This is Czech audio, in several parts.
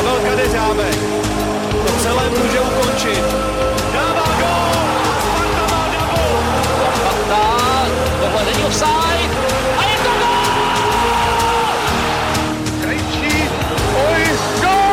Pavel Kadeřábek to celé může ukončit. Dává gól! Sparta má double! Sparta, tohle není offside a je to gól! Krejčí, oj, gól!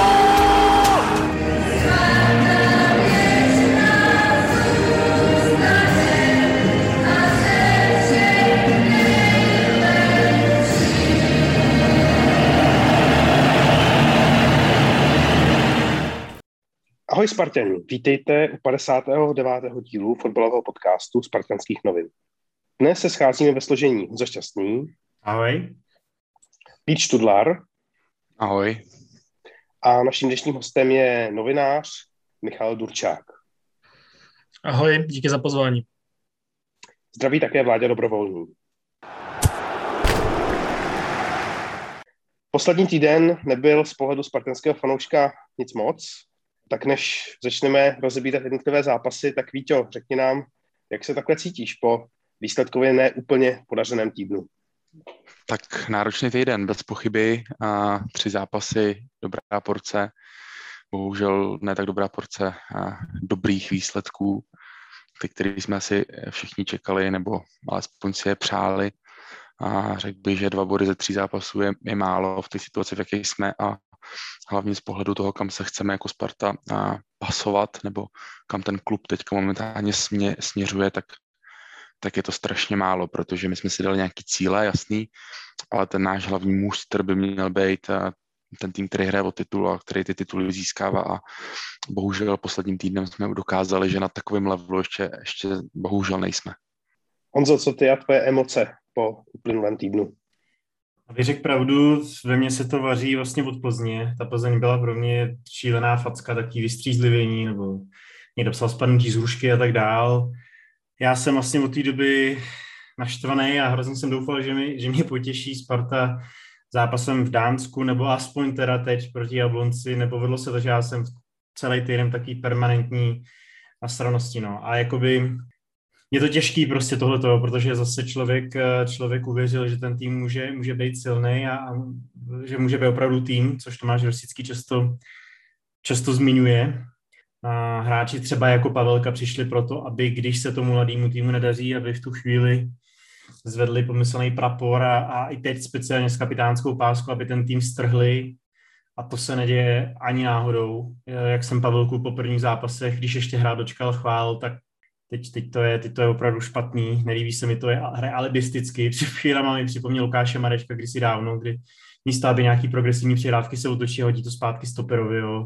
Ahoj Spartani, vítejte u 59. dílu fotbalového podcastu Spartanských novin. Dnes se scházíme ve složení Honza Šťastný. Ahoj. Pít Študlar. Ahoj. A naším dnešním hostem je novinář Michal Durčák. Ahoj, díky za pozvání. Zdraví také Vláďa Dobrovolný. Poslední týden nebyl z pohledu spartanského fanouška nic moc, tak než začneme rozebírat jednotlivé zápasy, tak Víťo, řekni nám, jak se takhle cítíš po výsledkově neúplně podařeném týdnu? Tak náročný týden, bez pochyby. 3 zápasy, dobrá porce. Bohužel ne tak dobrá porce dobrých výsledků, ty, které jsme asi všichni čekali, nebo alespoň si je přáli. A řekl bych, že 2 body ze 3 zápasů je málo v té situaci, v jaké jsme, a hlavně z pohledu toho, kam se chceme jako Sparta pasovat, nebo kam ten klub teďka momentálně směřuje, tak je to strašně málo, protože my jsme si dali nějaký cíle, jasný, ale ten náš hlavní muster by měl být ten tým, který hraje o titul a který ty tituly získává, a bohužel posledním týdnem jsme dokázali, že na takovém levelu ještě bohužel nejsme. Honzo, co ty a tvoje emoce po uplynulém týdnu? Abych řekl pravdu, ve mně se to vaří vlastně od Plzně. Ta Plzeň byla pro mě šílená facka, taký vystřízlivění, nebo někdo psal spadnutí z hrušky a tak dál. Já jsem vlastně od té doby naštvaný a hrozně jsem doufal, že mě potěší Sparta zápasem v Dánsku, nebo aspoň teda teď proti Jablonci. Nepovedlo se to, že já jsem celý týden taký permanentní nasranosti. No. A jakoby je to těžký prostě tohleto, protože zase člověk uvěřil, že ten tým může být silný a že může být opravdu tým, což Tomáš Rosický často zmiňuje. A hráči třeba jako Pavelka přišli proto, aby když se tomu mladému týmu nedaří, aby v tu chvíli zvedli pomyslný prapor a i teď speciálně s kapitánskou páskou, aby ten tým strhli, a to se neděje ani náhodou. Jak jsem Pavelku po prvních zápasech, když ještě hrát dočkal, chválil, tak teď to je opravdu špatný, nelíbí se mi to, hraje alibisticky. Před chvílema mi připomněl Lukáše Marečka kdysi dávno, kdy místo, aby nějaký progresivní přihrávky se otočí a hodí to zpátky stoperovi. Jo.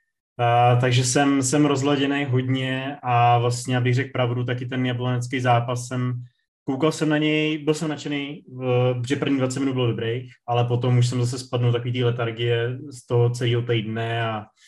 Takže jsem rozladěný hodně a vlastně, abych řekl pravdu, taky ten jablonecký zápas koukal jsem na něj, byl jsem nadšený, že první 20 minut bylo dobrých, ale potom už jsem zase spadnul takový té letargie z toho celého týdne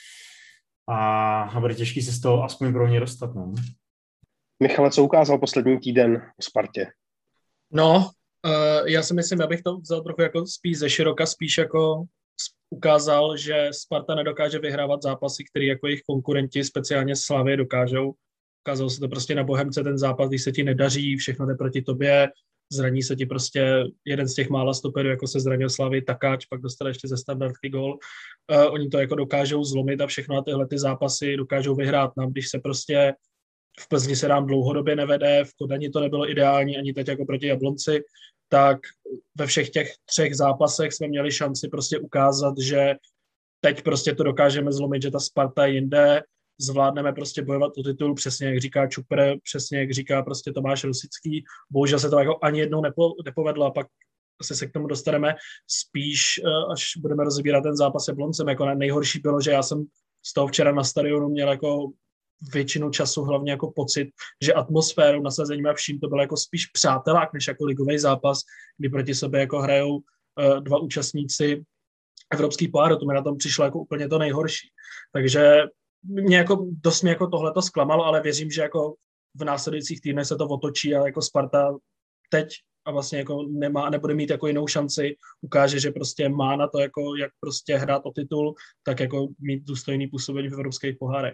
a bude těžký se z toho aspoň pro mě dostat. No. Michale, co ukázal poslední týden o Spartě? No, já si myslím, abych to vzal trochu jako spíš ze široka, spíš jako ukázal, že Sparta nedokáže vyhrávat zápasy, které jako jejich konkurenti, speciálně Slavie, dokážou. Ukázalo se to prostě na Bohemce ten zápas, když se ti nedaří, všechno jde proti tobě, zraní se ti prostě jeden z těch mála stoperů, jako se zranil Slavii Takáč, pak dostal ještě ze standardky gól. Oni to jako dokážou zlomit a všechno na tyhle ty zápasy dokážou vyhrát. Nám, když se prostě v Plzni se nám dlouhodobě nevede, v Kodani to nebylo ideální, ani teď jako proti Jablonci, tak ve všech těch 3 zápasech jsme měli šanci prostě ukázat, že teď prostě to dokážeme zlomit, že ta Sparta je jinde, zvládneme prostě bojovat o titul, přesně jak říká Čupr, přesně jak říká prostě Tomáš Rosický. Bohužel se to jako ani jednou nepovedlo a pak se k tomu dostaneme spíš, až budeme rozebírat ten zápas s Jabloncem. Jako nejhorší bylo, že já jsem z toho včera na stadionu měl jako většinu času hlavně jako pocit, že atmosférou, nasazením a vším to bylo jako spíš přátelák, než jako ligový zápas, kdy proti sobě jako hrajou 2 účastníci Evropský poháru. To mi na tom přišlo jako úplně to nejhorší. Takže dost mě jako tohleto zklamalo, ale věřím, že jako v následujících týdnech se to otočí a jako Sparta teď a vlastně jako nebude mít jako jinou šanci, ukáže, že prostě má na to jako jak prostě hrát o titul, tak jako mít důstojný působení v evropských pohárech.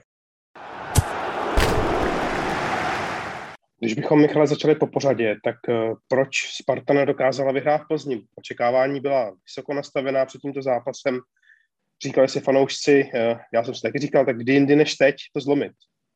Když bychom, Michale, začali po pořadě, tak proč Sparta nedokázala vyhrát v Plzni? Očekávání byla vysoko nastavená před tímto zápasem. říkali si fanoušci, já jsem si taky říkal, tak kdy jindy než teď to zlomit.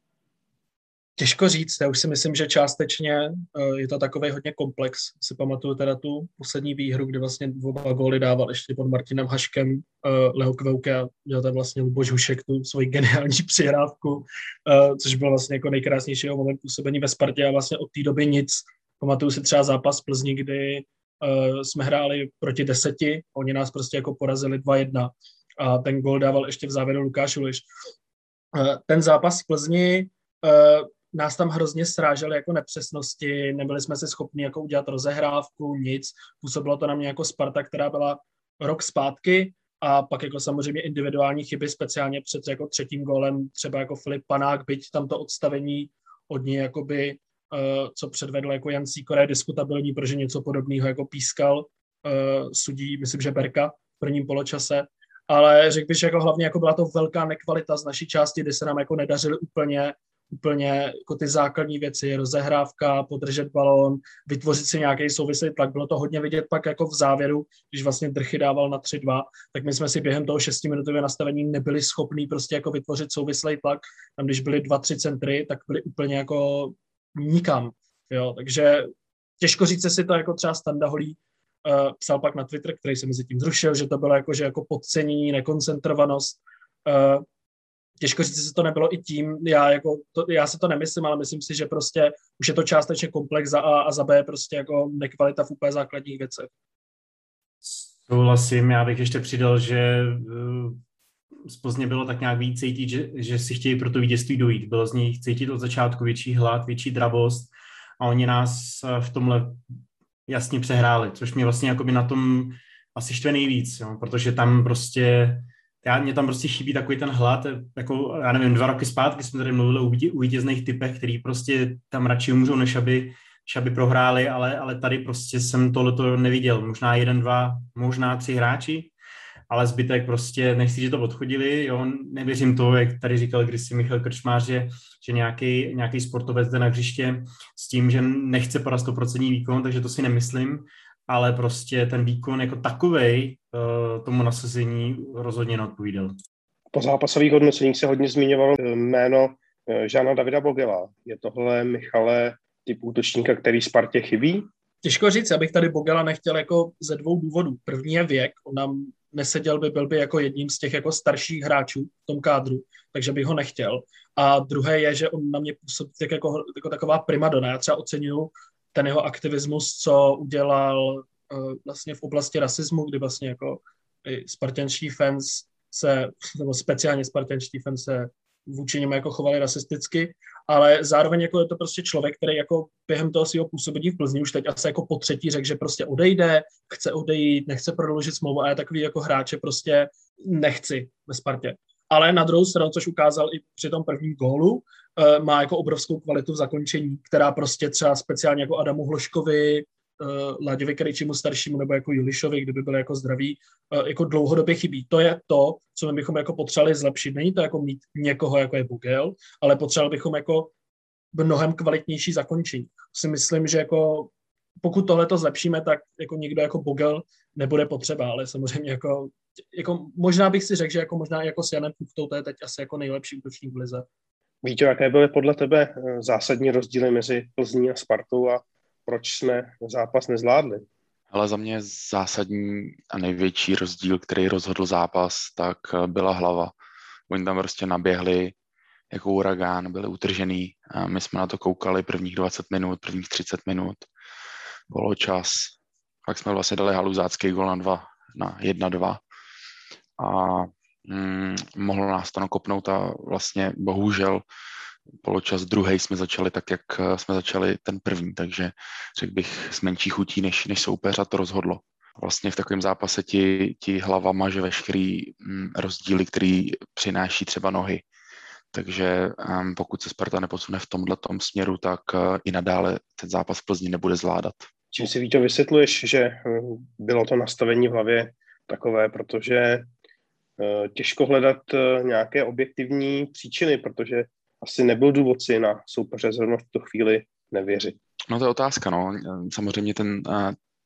Těžko říct, já už si myslím, že částečně je to takový hodně komplex. Si pamatuju teda tu poslední výhru, kdy vlastně oba góly dával ještě pod Martinem Haškem, Leo Kvouke a měl tam vlastně Luboš Hušek tu svoji geniální přihrávku, což byl vlastně jako nejkrásnější moment působení ve Spartě a vlastně od té doby nic. Pamatuju si třeba zápas Plzni, kdy jsme hráli proti 10, oni nás prostě jako porazili 2-1 a ten gól dával ještě v závěru Lukáš Uliš. Ten zápas v Plzni nás tam hrozně srážely jako nepřesnosti, nebyli jsme si schopni jako udělat rozehrávku, nic. Působilo to na mě jako Sparta, která byla rok zpátky a pak jako samozřejmě individuální chyby, speciálně před jako třetím gólem, třeba jako Filip Panák, byť tam to odstavení od něj jakoby, co předvedl jako Jan Sýkora, je diskutabilní, protože něco podobného jako pískal sudí, myslím, že Berka v prvním poločase, ale řekl bych, že jako hlavně jako byla to velká nekvalita z naší části, kdy se nám jako nedařily úplně jako ty základní věci, rozehrávka, podržet balón, vytvořit si nějaký souvislý tlak. Bylo to hodně vidět pak jako v závěru, když vlastně Drchy dával na 3-2, tak my jsme si během toho 6-minutového nastavení nebyli schopní prostě jako vytvořit souvislý tlak. Tam, když byly 2-3 centry, tak byly úplně jako nikam. Jo? Takže těžko říct, si to jako třeba Standa Holý psal pak na Twitter, který se mezi tím zrušil, že to bylo jako, že jako podcenění, nekoncentrovanost. Těžko říct, že to nebylo i tím, já si to nemyslím, ale myslím si, že prostě už je to částečně komplex za A a za B prostě jako nekvalita v úplně základních věcech. Souhlasím, já bych ještě přidal, že z Plzně bylo tak nějak víc cítit, že si chtějí pro to vítězství dojít. Bylo z nich cítit od začátku větší hlad, větší dravost a oni nás v tomhle jasně přehráli, což mě vlastně jakoby na tom asi štve nejvíc, jo, protože tam prostě mě tam prostě chybí takový ten hlad, jako, já nevím, 2 roky zpátky jsme tady mluvili o vítězných typech, který prostě tam radši umřou, než aby prohráli, ale tady prostě jsem tohleto neviděl. Možná 1, 2, možná 3 hráči, ale zbytek prostě, nechci, že to odchodili, jo, nevěřím to, jak tady říkal kdysi Michal Krčmář, že nějaký sportovec jde na hřiště s tím, že nechce podat 100% výkon, takže to si nemyslím, ale prostě ten výkon jako takovej tomu nasazení rozhodně neodpovídal. Po zápasových hodnoceních se hodně zmiňovalo jméno Žána Davida Bogela. Je tohle, Michale, typ útočníka, který Spartě chybí? Těžko říct, abych tady Bogela nechtěl jako ze 2 důvodů. První je věk, on nám neseděl byl by jako jedním z těch jako starších hráčů v tom kádru, takže bych ho nechtěl. A druhé je, že on na mě působí jako taková primadona. Já třeba oceňuju ten jeho aktivismus, co udělal vlastně v oblasti rasismu, kdy vlastně jako spartanští fans nebo speciálně spartanští fans se vůči němu jako chovali rasisticky, ale zároveň jako je to prostě člověk, který jako během toho svého působení v Plzni už teď asi jako po třetí řekl, že prostě odejde, chce odejít, nechce prodloužit smlouvu a já takový jako hráče prostě nechci ve Spartě. Ale na druhou stranu, což ukázal i při tom prvním gólu, má jako obrovskou kvalitu v zakončení, která prostě třeba speciálně jako Adamu Hloškovi, Láďovi Krejčímu staršímu nebo jako Julišovi, kdyby byli jako zdraví, jako dlouhodobě chybí. To je to, co my bychom jako potřebovali zlepšit. Není to jako mít někoho, jako je Bogel, ale potřebovali bychom jako mnohem kvalitnější zakončení. Si myslím, že jako pokud tohleto zlepšíme, tak jako někdo jako Bogel nebude potřeba, ale samozřejmě jako možná bych si řekl, že jako možná jako s Janem Kuchtou to je teď asi jako nejlepší útočník v lize. Víte, jaké byly podle tebe zásadní rozdíly mezi Plzní a Spartou a proč jsme zápas nezvládli? Ale za mě zásadní a největší rozdíl, který rozhodl zápas, tak byla hlava. Oni tam prostě naběhli jako uragán, byli utržený. A my jsme na to koukali prvních 20 minut, prvních 30 minut. Bylo čas. Pak jsme vlastně dali haluzácký gol na 1-2. A mohlo nás to nakopnout a vlastně bohužel poločas druhý jsme začali tak, jak jsme začali ten první, takže řekl bych s menší chutí než soupeř a to rozhodlo. Vlastně v takovém zápase ti hlava maže veškerý rozdíly, který přináší třeba nohy. Takže pokud se Sparta neposune v tomhletom směru, tak i nadále ten zápas v Plzni nebude zvládat. Čím si, Víťo, vysvětluješ, že bylo to nastavení v hlavě takové, protože těžko hledat nějaké objektivní příčiny, protože asi nebyl důvod si na soupeře zrovna v tuto chvíli nevěřit. No to je otázka, no. Samozřejmě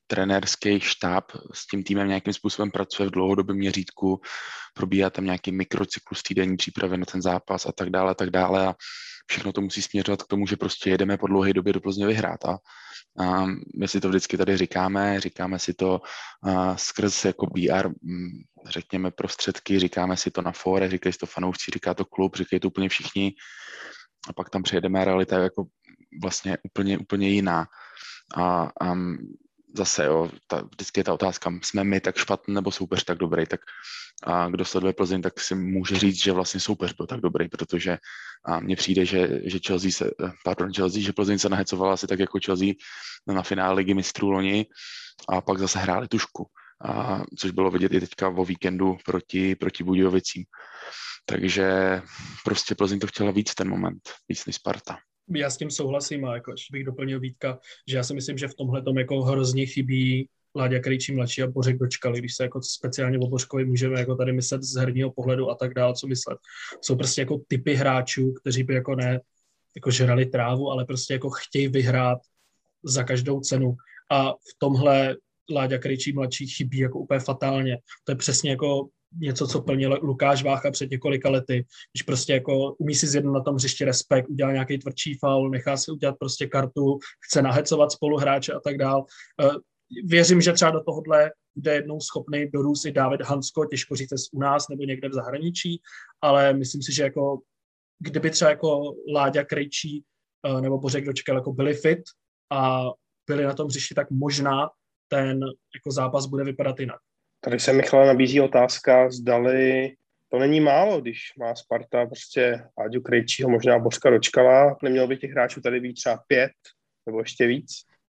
trenérský štáb s tím týmem nějakým způsobem pracuje v dlouhodobém měřítku, probíhá tam nějaký mikrocyklus týdenní přípravy na ten zápas a tak dále a všechno to musí směřovat k tomu, že prostě jedeme po dlouhé době do Plzně vyhrát a my si to vždycky tady říkáme si to skrz jako BR, řekněme prostředky, říkáme si to na fóre, říkají si to fanoušci, říká to klub, říkají to úplně všichni a pak tam přejedeme, realita je jako vlastně úplně jiná a zase, jo, vždycky je ta otázka, jsme my tak špatný nebo soupeř tak dobrý, tak a kdo sleduje Plzeň, tak si může říct, že vlastně soupeř byl tak dobrý, protože mně přijde, že Plzeň se nahecovala asi tak jako Chelsea na finále Ligy mistrů loni a pak zase hráli tušku, což bylo vidět i teďka o víkendu proti Budějovicím. Takže prostě Plzeň to chtěla víc ten moment, víc než Sparta. Já s tím souhlasím a jako bych doplnil Vítka, že já si myslím, že v tomhletom jako hrozně chybí Láďa Krejčí mladší a Bořek Dočkal, když se jako speciálně o Bořkovi můžeme jako tady myslet z herního pohledu a tak dále, co myslet. Jsou prostě jako typy hráčů, kteří by jako ne jako žrali trávu, ale prostě jako chtějí vyhrát za každou cenu. A v tomhle Láďa Krejčí mladší chybí jako úplně fatálně. To je přesně jako něco, co plnil Lukáš Vácha před několika lety, když prostě jako umí si zjednat na tom hřišti respekt, udělá nějaký tvrdší faul, nechá si udělat prostě kartu, chce nahecovat spoluhráče a tak dál. Věřím, že třeba do tohohle bude jednou schopný dorůst i David Hansko, těžko říct u nás nebo někde v zahraničí, ale myslím si, že jako kdyby třeba jako Láďa Krejčí nebo Bořek Dočkal jako byli fit a byli na tom hřišti, tak možná ten jako zápas bude vypadat jinak. Tady se Michala nabízí otázka, zdali to není málo, když má Sparta prostě Láďu Krejčího, možná Bořka Dočkala, nemělo by těch hráčů tady být třeba 5 nebo ještě víc?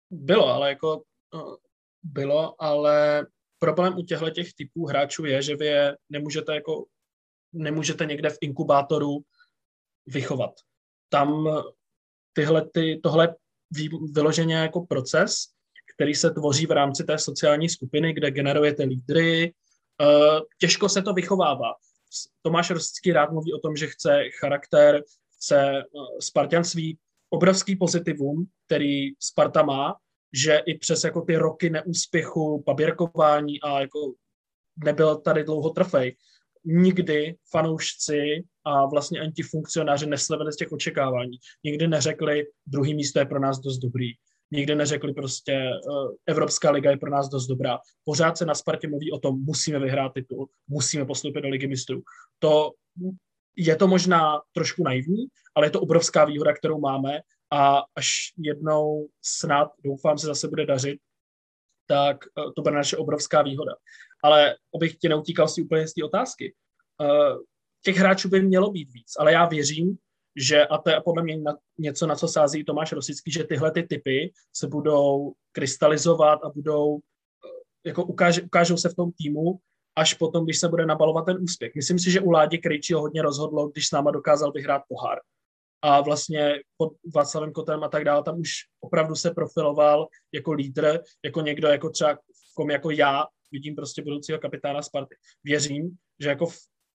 Bylo, ale problém u těchto typů hráčů je, že vy je nemůžete někde v inkubátoru vychovat. Tam tohle vyloženě jako proces, který se tvoří v rámci té sociální skupiny, kde generujete lídry. Těžko se to vychovává. Tomáš Rosický rád mluví o tom, že chce charakter, chce spartanství, obrovský pozitivum, který Sparta má, že i přes jako ty roky neúspěchu, paběrkování a jako nebyl tady dlouho trofej, nikdy fanoušci a vlastně ani ti funkcionáři neslevili z těch očekávání. Nikdy neřekli, druhý místo je pro nás dost dobrý. Nikdy neřekli prostě, Evropská liga je pro nás dost dobrá. Pořád se na Spartě mluví o tom, musíme vyhrát titul, musíme postoupit do Ligy mistrů. Je to možná trošku naivní, ale je to obrovská výhoda, kterou máme a až jednou snad, doufám, se zase bude dařit, tak to bude naše obrovská výhoda. Ale abych tě neutíkal si úplně z té otázky, těch hráčů by mělo být víc, ale já věřím, že, a to je podle mě něco, na co sází Tomáš Rosický, že tyhle ty typy se budou krystalizovat a budou, jako ukážou se v tom týmu, až potom, když se bude nabalovat ten úspěch. Myslím si, že u Ládi Krejčího hodně rozhodlo, když s náma dokázal vyhrát pohár. A vlastně pod Václavem Kotem a tak dále, tam už opravdu se profiloval jako lídr, jako někdo, jako třeba jako já, vidím prostě budoucího kapitána Sparty. Věřím, že jako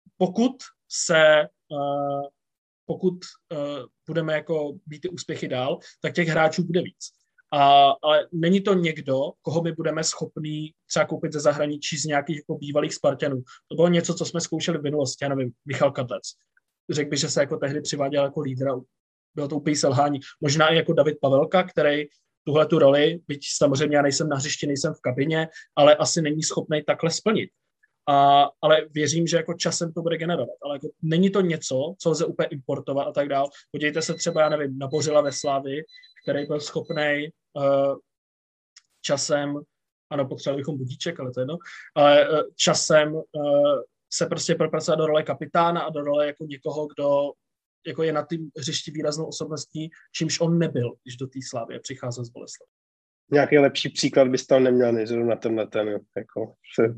pokud budeme jako být ty úspěchy dál, tak těch hráčů bude víc. Ale není to někdo, koho my budeme schopní třeba koupit ze zahraničí z nějakých jako bývalých Spartanů. To bylo něco, co jsme zkoušeli v minulosti, já nevím, Michal Kadlec. Řekl bych, že se jako tehdy přiváděl jako lídra, bylo to úplně selhání. Možná i jako David Pavelka, který tuhletu roli, byť samozřejmě já nejsem na hřišti, nejsem v kabině, ale asi není schopný takhle splnit. Ale věřím, že jako časem to bude generovat. Ale jako není to něco, co lze úplně importovat a tak dál. Podívejte se třeba, já nevím, na Bořila ve Slavii, který byl schopný časem, ano, potřebovali bychom budíček, ale to je jedno, ale časem se prostě propracovat do role kapitána a do role jako někoho, kdo jako je na tým hřišti výraznou osobností, čímž on nebyl, když do té Slavie přicházel z Boleslavi. Nějaký lepší příklad bys tam neměl, než na tenhle ten, jako.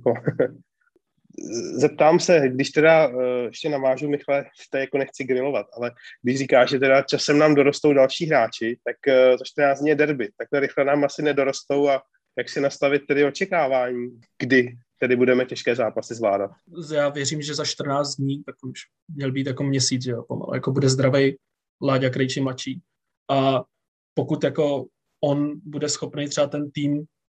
Zeptám se, když teda ještě navážu, Michale, tady jako nechci grilovat, ale když říkáš, že teda časem nám dorostou další hráči, tak za 14 dní je derby. Takhle rychle nám asi nedorostou a jak si nastavit tedy očekávání, kdy tedy budeme těžké zápasy zvládat. Já věřím, že za 14 dní, tak už měl být jako měsíc, že jo, pomalu, jako bude zdravej Láďa Krejčí mladší. A pokud jako on bude schopný třeba ten tým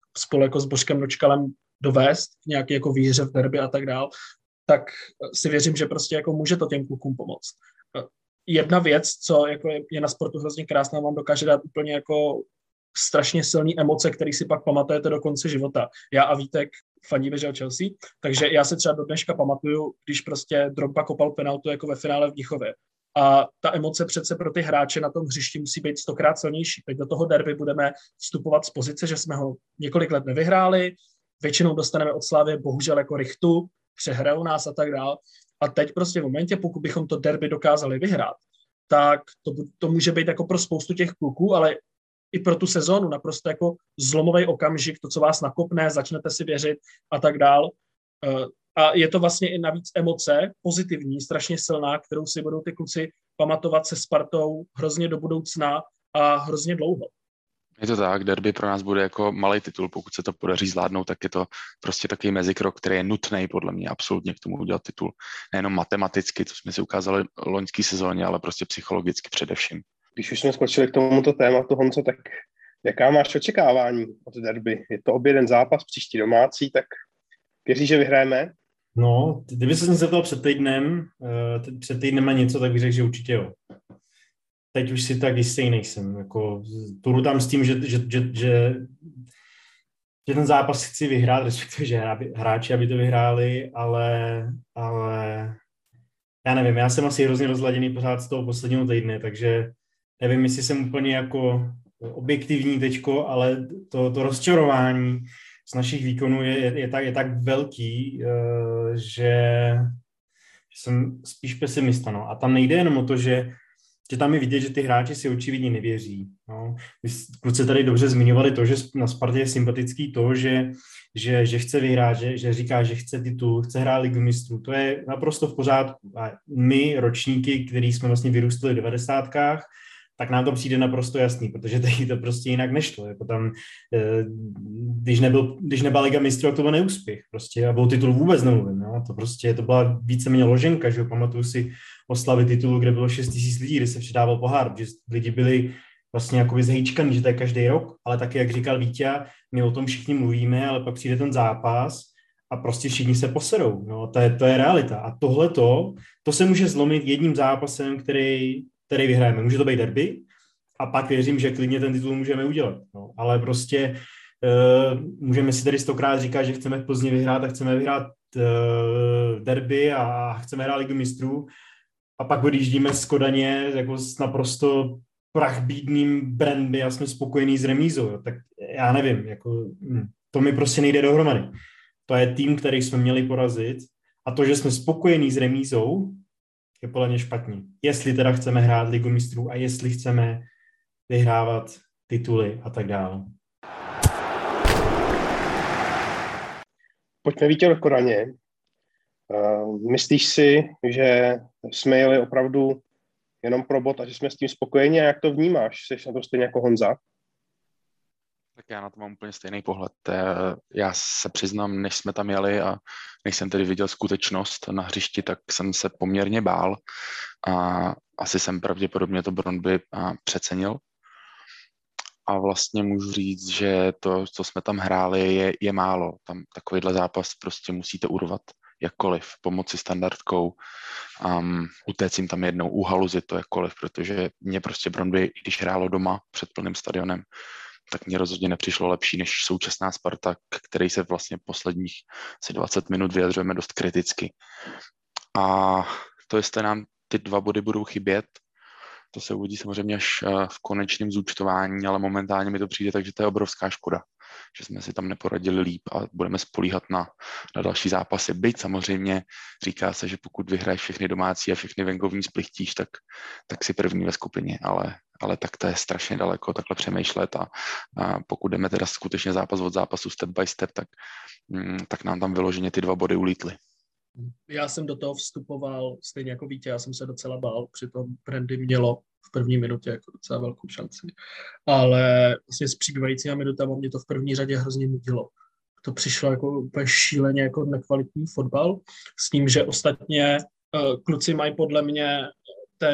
spolu jako s Božkem Nočkalem dovést k nějaké jako výhře v derby a tak dál, tak si věřím, že prostě jako může to těm klukům pomoct. Jedna věc, co jako je na sportu hrozně krásná, vám dokáže dát úplně jako strašně silný emoce, který si pak pamatujete do konce života. Já a Vítek fandíme, že o Chelsea, takže já se třeba do dneška pamatuju, když prostě Drogba kopal penaltu jako ve finále v Mnichově. A ta emoce přece pro ty hráče na tom hřišti musí být 100krát silnější. Teď do toho derby budeme vstupovat z pozice, že jsme ho několik let nevyhráli, většinou dostaneme od Slavie bohužel jako rychtu, přehrajou nás a tak dál. A teď prostě v momentě, pokud bychom to derby dokázali vyhrát, tak to může být jako pro spoustu těch kluků, ale i pro tu sezónu naprosto jako zlomový okamžik, to, co vás nakopne, začnete si věřit a tak dál. A je to vlastně i navíc emoce pozitivní, strašně silná, kterou si budou ty kluci pamatovat se Spartou hrozně do budoucna a hrozně dlouho. Je to tak, derby pro nás bude jako malý titul, pokud se to podaří zvládnout, tak je to prostě takový mezikrok, který je nutný podle mě absolutně k tomu udělat titul. Nejenom matematicky, co jsme si ukázali v loňské sezóně, ale prostě psychologicky především. Když už jsme skočili k tomuto tématu, Honzo, tak jaká máš očekávání od derby? Je to obě jeden zápas, příští domácí, tak věříš, že vyhrajeme? No, kdyby se mě zeptal před týdnem a něco, tak bych řekl, že určitě jo. Teď už si tak jistý nejsem. Jako, půjdu tam s tím, že ten zápas chci vyhrát, respektive, že hráči, aby to vyhráli, ale já nevím, já jsem asi hrozně rozladěný pořád z toho posledního týdne, takže nevím, jestli jsem úplně jako objektivní teďko, ale to rozčarování z našich výkonů je tak velký, že jsem spíš pesimista. No. A tam nejde jenom o to, že tam je vidět, že ty hráči si očividně nevěří. No. Kluci tady dobře zmiňovali to, že na Spartě je sympatický to, že chce vyhrát, že říká, že chce titul, chce hrát Ligu mistrů. To je naprosto v pořádku. A my, ročníky, který jsme vlastně vyrůstali v 90kách, tak nám to přijde naprosto jasný, protože teď to prostě jinak nešlo. Jako tam, když nebyla Liga mistrů, to byl neúspěch. Prostě, a byl titul vůbec nemluvím. No. To byla víceméně loženka, že jo. Pamatuju si oslavy titulu, kde bylo 6 000 lidí, kde se předával pohár, že lidi byli vlastně jako zhejčkaný, že to je každý rok, ale taky, jak říkal Vítě, my o tom všichni mluvíme, ale pak přijde ten zápas a prostě všichni se poserou. No. To je realita. A tohleto, to se může zlomit jedním zápasem, který vyhrajeme. Může to být derby a pak věřím, že klidně ten titul můžeme udělat. No, ale prostě můžeme si tady 100krát říkat, že chceme v Plzni vyhrát a chceme vyhrát derby a chceme hrát Ligu mistrů a pak odjíždíme z Kodaně jako s naprosto prachbídným brandy a jsme spokojení s remízou. Tak já nevím, jako, to mi prostě nejde dohromady. To je tým, který jsme měli porazit a to, že jsme spokojení s remízou, je podle mě špatně. Jestli teda chceme hrát Ligu mistrů a jestli chceme vyhrávat tituly a tak dále. Pojďme Vítě do Kodaně. Myslíš si, že jsme jeli opravdu jenom pro bod a že jsme s tím spokojeni a jak to vnímáš? Jsi na to stejně jako Honza? Tak já na to mám úplně stejný pohled. Já se přiznám, než jsme tam jeli a než jsem tedy viděl skutečnost na hřišti, tak jsem se poměrně bál a asi jsem pravděpodobně to Brøndby přecenil. A vlastně můžu říct, že to, co jsme tam hráli, je málo. Tam takovýhle zápas prostě musíte urvat jakkoliv, pomoci standardkou, utéct jim tam jednou, uhaluzit to jakkoliv, protože mě prostě Brøndby, když hrálo doma před plným stadionem, tak mě rozhodně nepřišlo lepší než současná Sparta, který se vlastně posledních 20 minut vyjadřujeme dost kriticky. A to, jestli nám ty 2 body budou chybět, to se uvidí samozřejmě až v konečném zúčtování, ale momentálně mi to přijde, takže to je obrovská škoda, že jsme si tam neporadili líp a budeme spolíhat na další zápasy. Byť samozřejmě říká se, že pokud vyhraješ všechny domácí a všechny venkovní splichtíš, tak si první ve skupině, ale tak to je strašně daleko takhle přemýšlet a pokud jdeme teda skutečně zápas od zápasu step by step, tak nám tam vyloženě ty 2 body ulítly. Já jsem do toho vstupoval stejně jako Vítě, já jsem se docela bál, přitom Brøndby mělo v první minutě jako docela velkou šanci. Ale vlastně s přibývajícíma minutama mě to v první řadě hrozně nudilo. To přišlo jako úplně šíleně jako nekvalitní fotbal, s tím, že ostatně kluci mají podle mě ten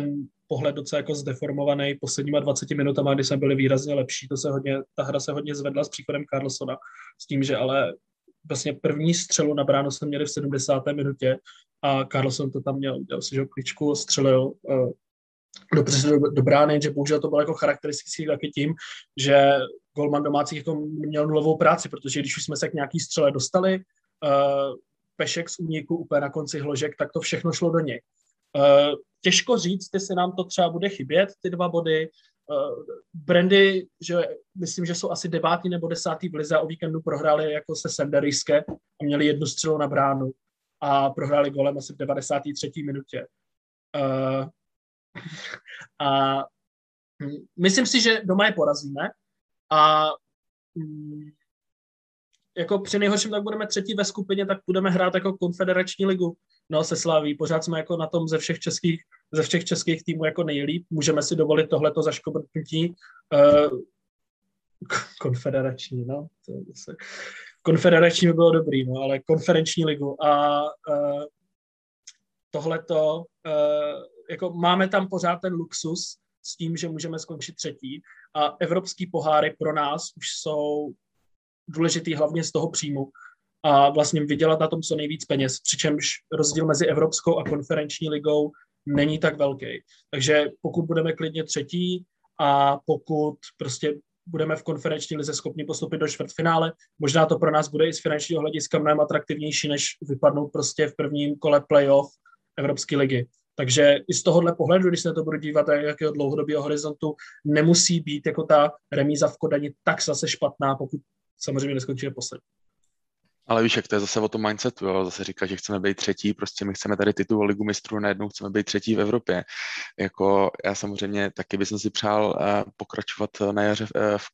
pohled docela jako zdeformovaný posledníma 20 minutama, kdy jsme byli výrazně lepší. Ta hra se hodně zvedla s příchodem Carlsona, s tím, že ale vlastně první střelu na bránu jsme měli v 70. minutě a Carlson to tam dělal si, že kličku střelil do brány, že bohužel to bylo jako charakteristický taky tím, že golman domácích jako měl nulovou práci, protože když už jsme se k nějaký střele dostali, Pešek z úniku úplně na konci hložek, tak to všechno šlo do něj. Těžko říct, jestli nám to třeba bude chybět, ty 2 body. Brandy, že myslím, že jsou asi 9. nebo 10. v lize a o víkendu prohráli jako se Senderyské a měli 1 střelu na bránu a prohráli golem asi v 93. minutě. A myslím si, že doma je porazíme a jako při nejhorším tak budeme 3. ve skupině, tak budeme hrát jako konfederační ligu. No, se Slaví. Pořád jsme jako na tom ze všech českých týmů jako nejlíp. Můžeme si dovolit tohleto zaškobrtnutí. Konfederační, no. Konfederační by bylo dobrý, no, ale konferenční ligu. A tohleto, jako máme tam pořád ten luxus s tím, že můžeme skončit 3. a evropský poháry pro nás už jsou důležitý hlavně z toho příjmu a vlastně vydělat na tom co nejvíc peněz, přičemž rozdíl mezi evropskou a konferenční ligou není tak velký. Takže pokud budeme klidně 3. a pokud prostě budeme v konferenční lize schopni postupit do čtvrtfinále, možná to pro nás bude i z finančního hlediska mnohem atraktivnější, než vypadnout prostě v prvním kole playoff Evropské ligy. Takže i z tohohle pohledu, když se na to budu dívat jakého dlouhodobého horizontu, nemusí být jako ta remíza v Kodani tak zase špatná, pokud samozřejmě neskončíme poslední. Ale víš, jak to je zase o tom mindsetu, jo? Zase říká, že chceme být 3, prostě my chceme tady titul Ligu mistrů, najednou chceme být 3 v Evropě. Jako já samozřejmě taky bych si přál pokračovat na jaře v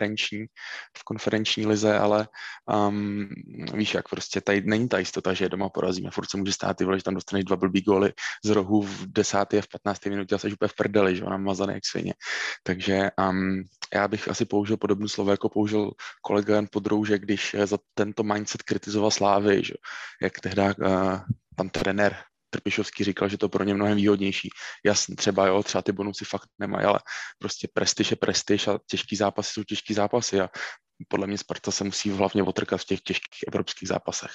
konferenční lize, ale víš, jak prostě tady není ta jistota, že doma porazíme. Furt se může stát, že tam dostaneš 2 blbý góly z rohu v 10. a v 15. minutě a jsi úplně v prdeli, že jo, namazaný jak svině. Takže já bych asi použil podobné slovo, jako použil kolega Jan Podroužek, když za tento mindset kritizoval Slávy, že? Jak tehdy pan trenér Trpišovský říkal, že to pro ně mnohem výhodnější. Jasně, třeba ty bonusy fakt nemají, ale prostě prestiž je prestiž a těžký zápasy jsou těžký zápasy a podle mě Sparta se musí hlavně otrkat v těch těžkých evropských zápasech.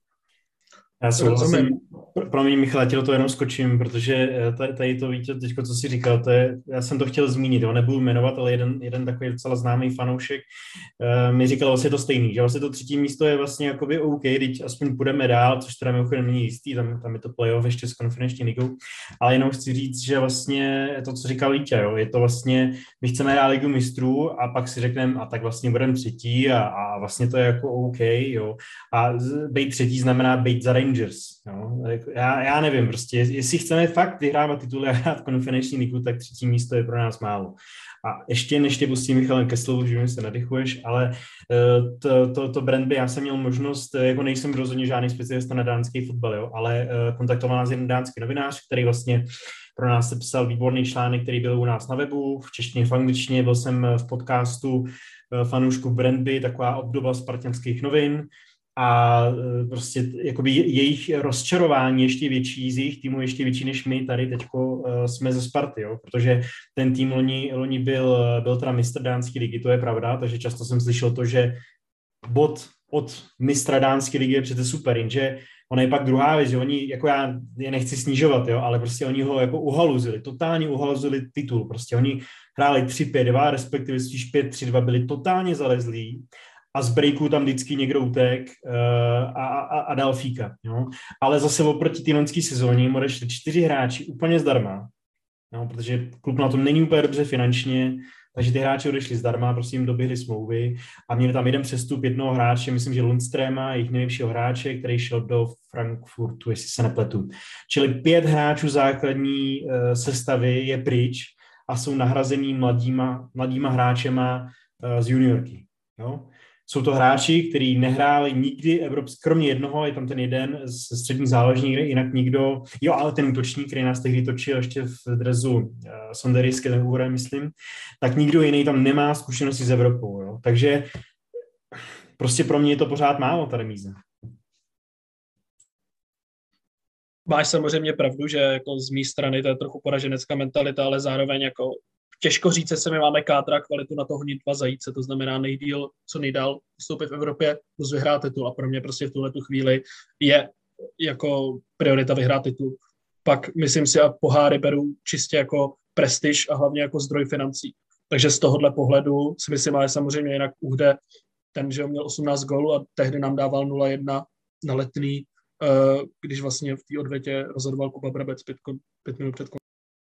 Já souhlasím. Pro mě, Michal, já ti do toho jenom skočím, protože tady to víte teďko, co jsi říkal, já jsem to chtěl zmínit, nebudu jmenovat, ale jeden takový docela známý fanoušek mi říkal vlastně to stejný, že vlastně to 3. místo je vlastně jakoby OK, když aspoň půjdeme dál, což teda mimochodem není jistý, tam je to playoff ještě s konferenční ligou, ale jenom chci říct, že vlastně to, co říkal Vítě, je to vlastně, my chceme hrát Ligu mistrů a pak si řekneme, a tak vlastně budeme 3. a vlastně to je jako OK, jo, a být 3. znamená být za Rangers. Jo. Já nevím, prostě, jestli chceme fakt vyhrávat tituly a hrát konferenční ligu, tak 3. místo je pro nás málo. A ještě než tě pustím, Michal, ke slovu, že mi se nadychuješ, ale to Brandby, já jsem měl možnost, jako nejsem rozhodně žádný specialista na dánský fotbal, jo, ale kontaktoval nás jeden dánský novinář, který vlastně pro nás sepsal výborný článek, který byl u nás na webu, v češtině, v angličtině, byl jsem v podcastu fanoušku Brandby, taková obdoba spartanských novin, a prostě jakoby jejich rozčarování ještě větší, z jejich týmu ještě větší než my tady teďko jsme ze Sparty, jo? Protože ten tým loni byl teda mistr dánské ligy, to je pravda, takže často jsem slyšel to, že bod od mistra dánské ligy je přece super, jenže ona je pak druhá věc, že oni, jako já je nechci snižovat, jo, ale prostě oni ho jako totálně uhaluzili titul, prostě oni hráli 3-5-2, respektive spíš 5-3-2, byli totálně zalezlí, a z breaku tam vždycky někdo utek a dal fíka. Jo? Ale zase oproti té loňské sezóně jim odešli 4 hráči úplně zdarma, jo? Protože klub na tom není úplně dobře finančně, takže ty hráči odešli zdarma, prostě jim doběhly smlouvy a měli tam jeden přestup jednoho hráče, myslím, že Lundströma, jejich nejlepšího hráče, který šel do Frankfurtu, jestli se nepletu. Čili 5 hráčů základní sestavy je pryč a jsou nahrazený mladýma hráčema z juniorky. Jo? Jsou to hráči, kteří nehráli nikdy kromě jednoho, je tam ten jeden ze střední záložník, jinak nikdo, ale ten útočník, který nás tehdy točil ještě v dresu Sonderyské, ten úvodem, myslím, tak nikdo jiný tam nemá zkušenosti s Evropou. Jo? Takže prostě pro mě je to pořád málo, ta remíza. Máš samozřejmě pravdu, že jako z mé strany to je trochu poraženecká mentalita, ale zároveň jako těžko říct, jestli my máme kádra kvalitu na to honit 2 zajíce, to znamená co nejdál vstoupit v Evropě, plus vyhrát titul a pro mě prostě v tuhletu chvíli je jako priorita vyhrát titul. Pak myslím si a poháry beru čistě jako prestiž a hlavně jako zdroj financí. Takže z tohohle pohledu si myslím, ale samozřejmě jinak Uhde, ten, že on měl 18 gólů a tehdy nám dával 0-1 na Letný, když vlastně v té odvětě rozhodoval Kuba Brabec 5 minut před koncem.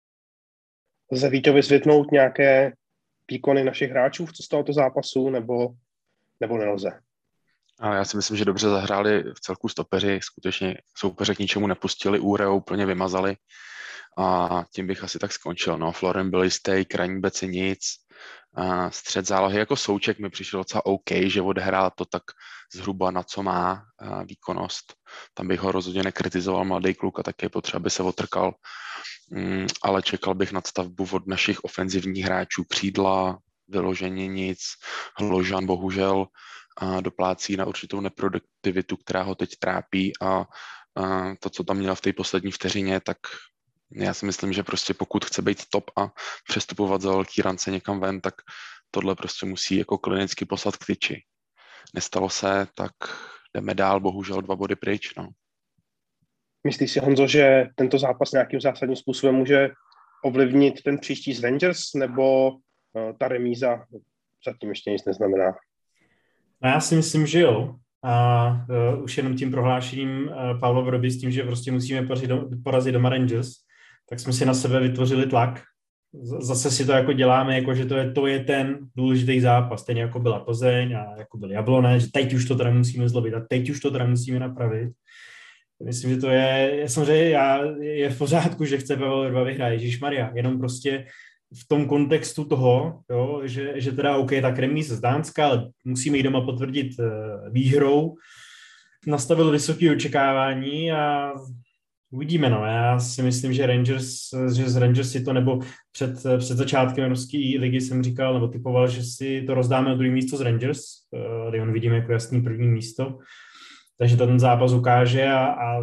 Lze Víťo vysvětnout nějaké výkony našich hráčů z tohoto zápasu, nebo nelze? A já si myslím, že dobře zahráli v celku stopeři, skutečně soupeře k ničemu nepustili, Úre úplně vymazali a tím bych asi tak skončil. No, Florian byl jistý, krajní beci nic, střed zálohy jako Souček mi přišel docela OK, že odehrál to tak zhruba na co má výkonnost. Tam bych ho rozhodně nekritizoval, mladý kluk a taky je potřeba, aby se otrkal. Ale čekal bych nadstavbu od našich ofenzivních hráčů, Křídla, vyloženě nic, Hložan bohužel doplácí na určitou neproduktivitu, která ho teď trápí a to, co tam měl v té poslední vteřině, tak já si myslím, že prostě pokud chce být top a přestupovat za velký rance někam ven, tak tohle prostě musí jako klinicky poslat k tyči. Nestalo se, tak jdeme dál, bohužel 2 body pryč, no. Myslíš si, Honzo, že tento zápas nějakým zásadním způsobem může ovlivnit ten příští z Rangers, nebo ta remíza zatím ještě nic neznamená? No já si myslím, že jo. A už jenom tím prohlášením Pavla Vroby s tím, že prostě musíme porazit doma Rangers, tak jsme si na sebe vytvořili tlak. Zase si to jako děláme, jako že to je ten důležitý zápas, stejně jako byla Plzeň a jako byl Jablonec, že teď už to teda musíme zlobit a teď už to teda musíme napravit. Myslím, že to je samozřejmě je v pořádku, že chce Pavel Vrba vyhrát, ježišmarja, jenom prostě v tom kontextu toho, jo, že teda OK, tak remíza z Dánska, ale musíme jít doma potvrdit výhrou, nastavil vysoké očekávání a uvidíme, no. Já si myslím, že z Rangers si to, nebo před začátkem Evropské ligy jsem říkal, nebo typoval, že si to rozdáme o druhé místo z Rangers, kde on vidíme jako jasný první místo, takže ten zápas ukáže a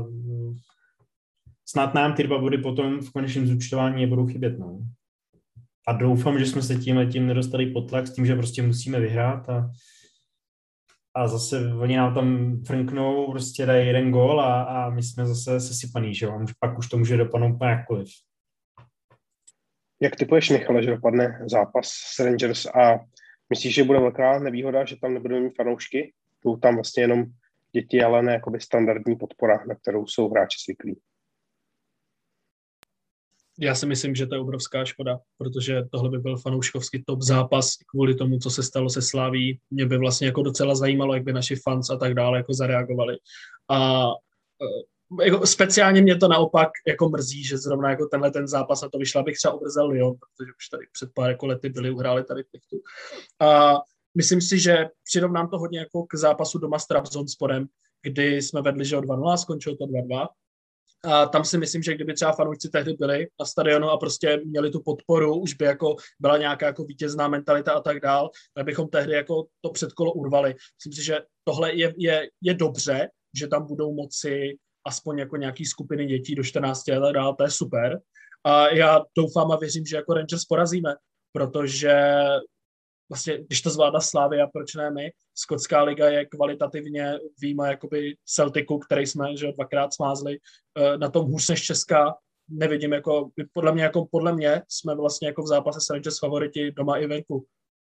snad nám ty 2 body potom v konečném zúčtování nebudou chybět, no. A doufám, že jsme se tím nedostali pod tlak s tím, že prostě musíme vyhrát a zase oni nám tam frnknou, prostě dají 1 gól a my jsme zase sesypaný, že jo, pak už to může dopadnout jakkoliv. Jak typuješ, Michale, že dopadne zápas s Rangers a myslíš, že bude velká nevýhoda, že tam nebudeme mít fanoušky? Budou tam vlastně jenom děti, ale ne jakoby standardní podpora, na kterou jsou hráči zvyklí. Já si myslím, že to je obrovská škoda, protože tohle by byl fanouškovský top zápas kvůli tomu, co se stalo se Slaví. Mě by vlastně jako docela zajímalo, jak by naši fans a tak dále jako zareagovali. A jako speciálně mě to naopak jako mrzí, že zrovna jako tenhle ten zápas, a to vyšla bych třeba obrzel Lyon, protože už tady před pár jako lety uhráli tady Plichtu. A myslím si, že přirovnám to hodně jako k zápasu doma s Trabzonsporem, kdy jsme vedli, že o 2-0, skončilo to 2-2. A tam si myslím, že kdyby třeba fanoušci tehdy byli na stadionu a prostě měli tu podporu, už by jako byla nějaká jako vítězná mentalita a tak dál, tak bychom tehdy jako to předkolo urvali. Myslím si, že tohle je dobře, že tam budou moci aspoň jako nějaký skupiny dětí do 14 let a dál, to je super. A já doufám a věřím, že jako Rangers porazíme, protože vlastně, když to zvládá Slavia, proč ne my? Skotská liga je kvalitativně výjima jakoby Celticu, který jsme že 2krát smázli, na tom hůř než Česká. Nevidím, jako podle mě jsme vlastně jako v zápase s Rangers favoriti doma i venku.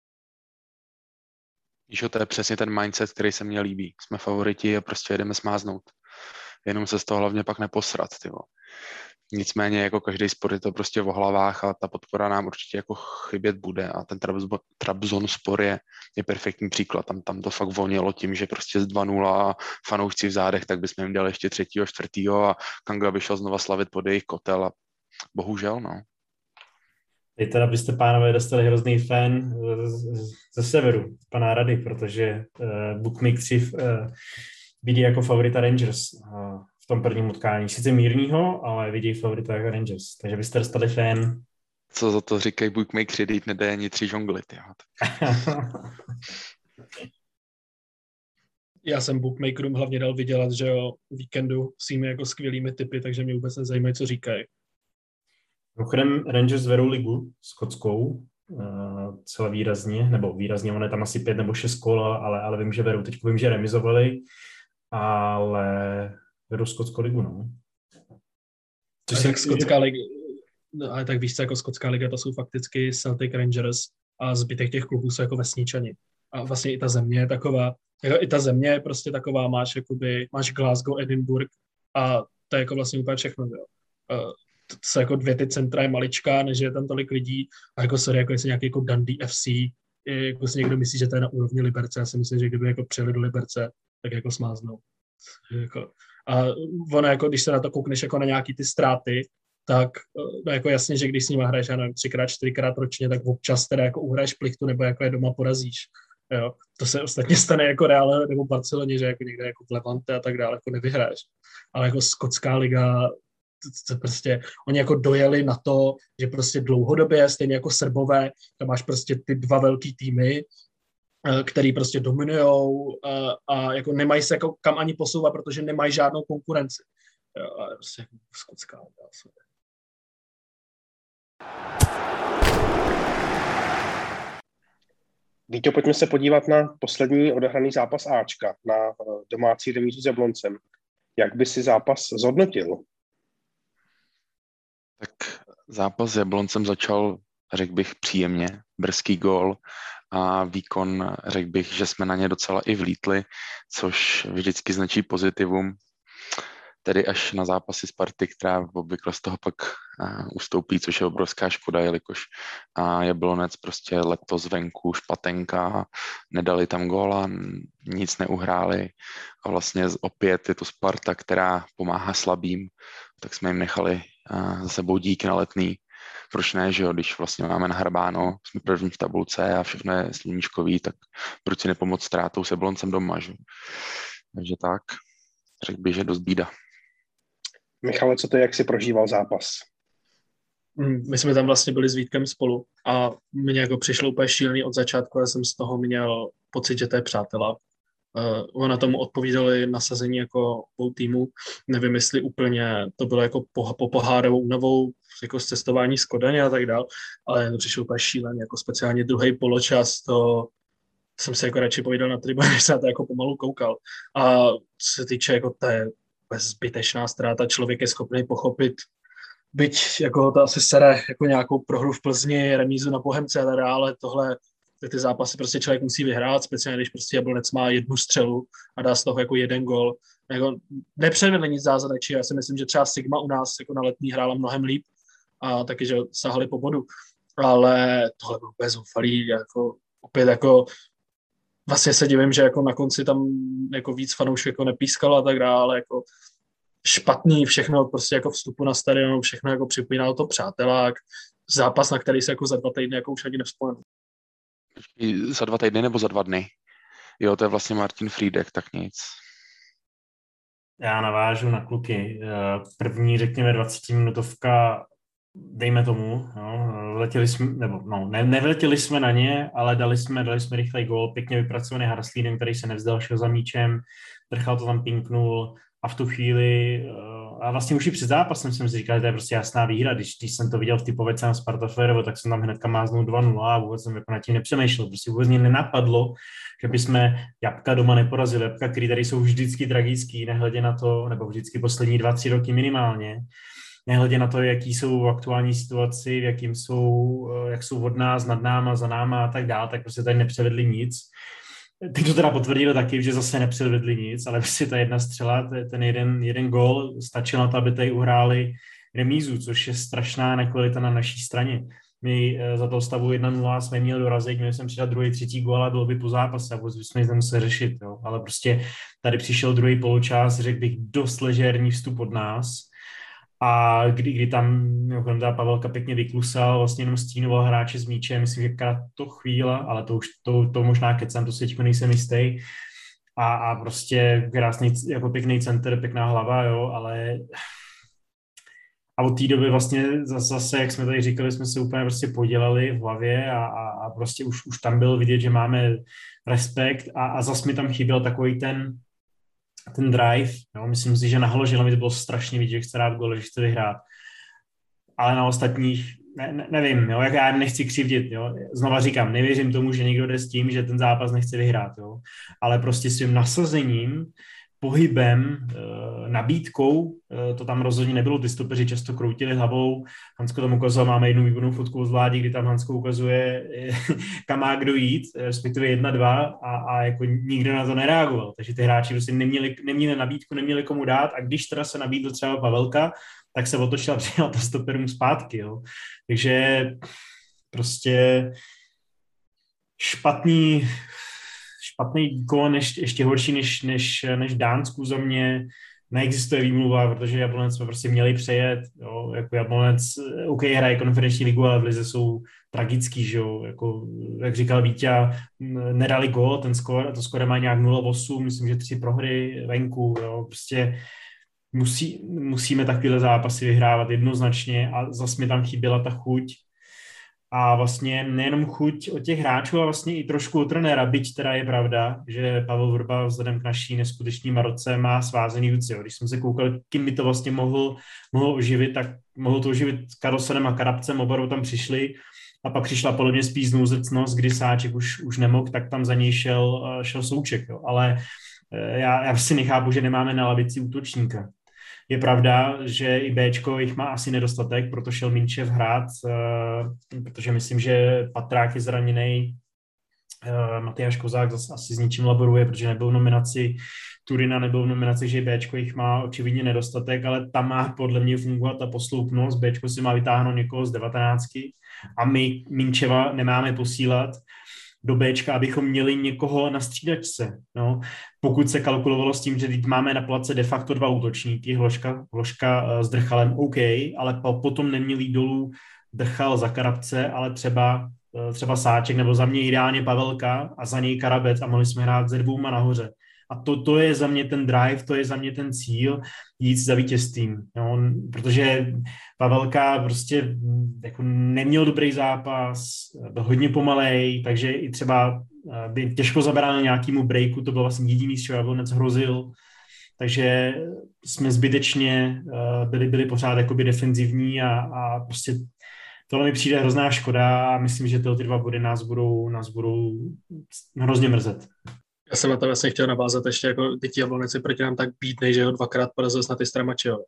Víš, to je přesně ten mindset, který se mně líbí. Jsme favoriti a prostě jedeme smáznout. Jenom se z toho hlavně pak neposrat, tyjo. Nicméně jako každý sport je to prostě o hlavách a ta podpora nám určitě jako chybět bude a ten Trabzonspor je perfektní příklad. Tam to fakt vonilo tím, že prostě z 2-0 a fanoušci v zádech, tak bychom jim dali ještě 3., 4. a Kanga by šel znova slavit pod jejich kotel a bohužel, no. Teď teda byste, pánové, dostali hrozný fan ze severu, pana Rady, protože bookmakeri vidí jako favorita Rangers v tom prvním utkání. Sice mírnýho, ale vidí favorita jako Rangers. Takže byste dostali fan. Co za to říkají bookmakeri, teď nedá ani 3 žonglit. Já jsem bookmakerům hlavně dal vydělat, že jo, víkendu s nimi jako skvělými tipy, takže mě vůbec nezajímají, co říkají. Mimochodem Rangers vedou ligu skotskou, celé výrazně, ono je tam asi 5 nebo 6 kol, ale vím, že vedou. Teď vím, že remizovali, ale vedou skotskou ligu, no. Což tak skotská liga, no, ale tak víš co, jako skotská liga, to jsou fakticky Celtic Rangers a zbytek těch klubů jsou jako vesničani. A vlastně i ta země je taková, jako i ta země je prostě taková, máš Glasgow, Edinburgh a to je jako vlastně úplně všechno, jo. To jsou jako 2 ty centra, je maličká, než je tam tolik lidí a jako sorry, jako jestli nějaký jako Dundee FC, jako si někdo myslí, že to je na úrovni Liberce, já si myslím, že kdyby jako přijeli do Liberce, tak jako smáznou. Jako, a ono jako, když se na to koukneš jako na nějaký ty ztráty, tak no jako jasně, že když s nima hraješ, já nevím, 3x, 4x ročně, tak občas teda jako uhraješ plichtu nebo jako je doma porazíš. Jo. To se ostatně stane jako Real nebo Barceloně, že jako někde jako v Levante a tak dále jako nevyhraješ. Ale jako skotská liga, to prostě, oni jako dojeli na to, že prostě dlouhodobě, stejně jako Srbové, tam máš prostě ty 2 velký týmy, který prostě dominujou a jako nemají se jako kam ani posouvat, protože nemají žádnou konkurenci. Jo, a prostě jako skotská liga. Víťo, pojďme se podívat na poslední odehraný zápas Ačka, na domácí remízu s Jabloncem. Jak by si zápas zhodnotil? Tak zápas s Jabloncem začal, řekl bych, příjemně, brzký gól a výkon, řekl bych, že jsme na ně docela i vlítli, což vždycky značí pozitivum. Tedy až na zápasy Sparty, která obvykle z toho pak ustoupí, což je obrovská škoda, jelikož Jablonec prostě letos venku špatenka, nedali tam góla, nic neuhráli a vlastně opět je to Sparta, která pomáhá slabým, tak jsme jim nechali za sebou díky na Letný. Proč ne, že jo, když vlastně máme nahrbáno, jsme první v tabulce a všechno je sluníčkový, tak proč si nepomoct ztrátou s Jabloncem doma, že? Takže tak, řekl bych, že dost bída. Michale, co ty, jak jsi prožíval zápas? My jsme tam vlastně byli s Vítkem spolu a mně jako přišlo úplně šílený od začátku, já jsem z toho měl pocit, že to je přátelá. Ona tomu odpovídali nasazení jako obou týmů. Nevím, jestli úplně to bylo jako po pohárovou únavou, jako z cestování z Kodaně a tak dál, ale to přišlo úplně šílený, jako speciálně druhý poločas, to jsem se jako radši povídal na tribuně, než jsem na to jako pomalu koukal. A co se týče jako té zbytečná ztráta, člověk je schopný pochopit, byť jako to asi sere jako nějakou prohru v Plzni, remízu na Bohemce a tak dále, tohle ty zápasy prostě člověk musí vyhrát, speciálně když prostě Jablonec má 1 střelu a dá z toho jako 1 gol. Jako nepředvedli nic zázračí, já si myslím, že třeba Sigma u nás jako na Letný hrála mnohem líp a taky, že sahali po bodu, ale tohle bylo úplně zoufalý, jako opět jako vlastně se divím, že jako na konci tam jako víc fanoušků jako nepískalo a tak dále, jako špatný všechno, prostě jako vstupu na stadion, všechno jako připomínalo to přátelák, zápas, na který se jako za 2 týdny jako už ani nevzpomenu. Za 2 týdny nebo za 2 dny? Jo, to je vlastně Martin Friedek, tak nic. Já navážu na kluky. První, řekněme, 20-minutovka, dejme tomu, nevletěli jsme na ně, ale dali jsme rychlej gól, pěkně vypracovaný Harslínem, který se nevzdal, šel za míčem, Drchal to tam pinknul a v tu chvíli, a vlastně už i před zápasem jsem si říkal, že to je prostě jasná výhra, když jsem to viděl v typovece na Sparta Férovo, tak jsem tam hnedka máznul 2-0 a vůbec jsem jako nad tím nepřemýšlel, prostě vůbec mě nenapadlo, že bychom Jabka doma neporazili, Jabka, který tady jsou vždycky tragický, nehledě na to, nebo vždycky poslední 2-3 roky minimálně, nehledě na to, jaký jsou v aktuální situaci, jak jsou od nás, nad náma, za náma a tak dále, tak prostě tady nepřevedli nic. Teď to teda potvrdili taky, že zase nepředvedli nic, ale prostě ta jedna střela, ten jeden gól stačil na to, aby tady uhráli remízu, což je strašná nekvalita na naší straně. My za toho stavu 1-0 jsme měli dorazit, měli jsme přidat druhý, třetí gól a bylo by po zápase a vůbec jsme to museli řešit. Jo. Ale prostě tady přišel druhý poločas, řekl bych, dost ležérní vstup od nás. A kdy tam Pavelka pěkně vyklusal, vlastně jenom stínoval hráče s míčem, myslím, že to chvíle, ale to možná kecám, to si teďko nejsem jistý. A prostě krásný, jako pěkný center, pěkná hlava, jo, ale A od té doby vlastně zase, jak jsme tady říkali, jsme se úplně prostě podělali v hlavě a prostě už tam bylo vidět, že máme respekt a zase mi tam chyběl takový ten drive. Jo? Myslím si, že na Hloži mi to bylo strašně vidět, že chce dát gól, že chce vyhrát. Ale na ostatních nevím, jo, jak já jim nechci křivdit, jo. Znova říkám, nevěřím tomu, že někdo jde s tím, že ten zápas nechce vyhrát, jo. Ale prostě svým nasazením, pohybem, nabídkou, to tam rozhodně nebylo, ty stopeři často kroutili hlavou, Hansko tam ukazoval, máme jednu výbornou fotku z Vládi, kdy tam Hansko ukazuje, kam má kdo jít, respektive 1-2 a jako nikdo na to nereagoval, takže ty hráči prostě neměli nabídku, neměli komu dát a když teda se nabídl třeba Pavelka, tak se otočila a přijela to stoperům zpátky, jo. Takže prostě špatný výkon, ještě horší než Dánsku za mě. Neexistuje výmluva, protože Jablonec jsme prostě měli přejet, jo. Jako Jablonec, OK, hraje konferenční ligu, ale v lize jsou tragický, že jo. Jako, jak říkal Víťa, nedali gól, to skóre má nějak 0-8, myslím, že 3 prohry venku, jo. Prostě musíme takovéhle zápasy vyhrávat jednoznačně a zase mi tam chyběla ta chuť a vlastně nejenom chuť od těch hráčů, ale vlastně i trošku od trenéra, byť teda je pravda, že Pavel Vrba vzhledem k naší neskutečný Maroce má svázený ruce. Když jsem se koukal, kým by to vlastně mohl oživit, tak mohl to oživit Karlsonem a Karabcem, oba tam přišli a pak přišla podle mě spíš znouzrcnost, kdy Sáček už nemohl, tak tam za něj šel Souček, jo. Ale já si nechápu, že nemáme na lavici útočníka. Je pravda, že i Bčko jich má asi nedostatek, proto šel Minčev hrát, protože myslím, že Patrák je zraněný, Matyáš Kozák zase asi s ničím laboruje, protože nebyl v nominaci Turina, nebyl v nominaci, že Bčko jich má očividně nedostatek, ale tam má podle mě fungovat ta posloupnost, Bčko si má vytáhnout někoho z 19 a my Minčeva nemáme posílat do Bčka, abychom měli někoho na střídačce. No. Pokud se kalkulovalo s tím, že teď máme na place de facto 2 útočníky, Hložka s Drchalem, OK, ale potom neměli dolů Drchal za Karabce, ale třeba Sáček, nebo za mě ideálně Pavelka a za něj Karabec a mohli jsme hrát ze 2 nahoře. A to je za mě ten drive, to je za mě ten cíl jít za vítězstvím. No, protože Pavelka prostě jako neměl dobrý zápas, byl hodně pomalej, takže i třeba by těžko zabral nějakému breaku, to byl vlastně jediný, z čeho Jablonec hrozil. Takže jsme zbytečně byli pořád jakoby defenzivní a prostě tohle mi přijde hrozná škoda a myslím, že ty 2 body nás budou hrozně mrzet. Já jsem na to vlastně chtěl navázat ještě, jako ty Jablonec je proti nám tak bídnej, že ho 2krát porazil na ty Stramačeho.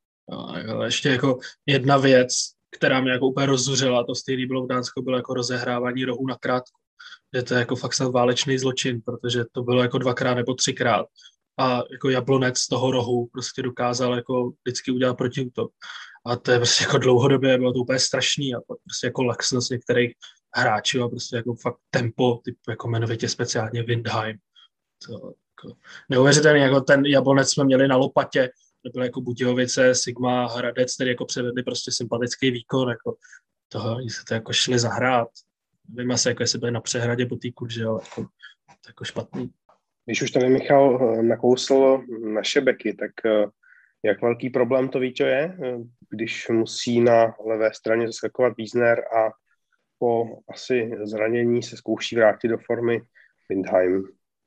Ale ještě jako jedna věc, která mě jako úplně rozzuřila, to stejný bylo v Dánsku, bylo jako rozehrávání rohů na krátku. Že to je jako fakt válečný zločin, protože to bylo jako 2krát nebo 3krát. A jako Jablonec z toho rohu prostě dokázal jako vždycky udělat protiútok. A to je prostě jako dlouhodobě, bylo to úplně strašný a prostě jako laxnost některých hráčů a prostě jako fakt tempo, typu jako jmenovitě speciálně Windheim. To jako neuvěřitelný, jako ten Jablonec jsme měli na lopatě, to bylo jako Budějovice, Sigma, Hradec, který jako předvedli prostě sympatický výkon, jako toho, oni se to jako šli zahrát. Nevím asi, jako jestli byli na přehradě po té kurži, ale jako, to jako špatný. Když už tady Michal nakousl naše beky, tak jak velký problém to, Víťo, je, když musí na levé straně zaskakovat Wiesner a po asi zranění se zkouší vrátit do formy Windheim?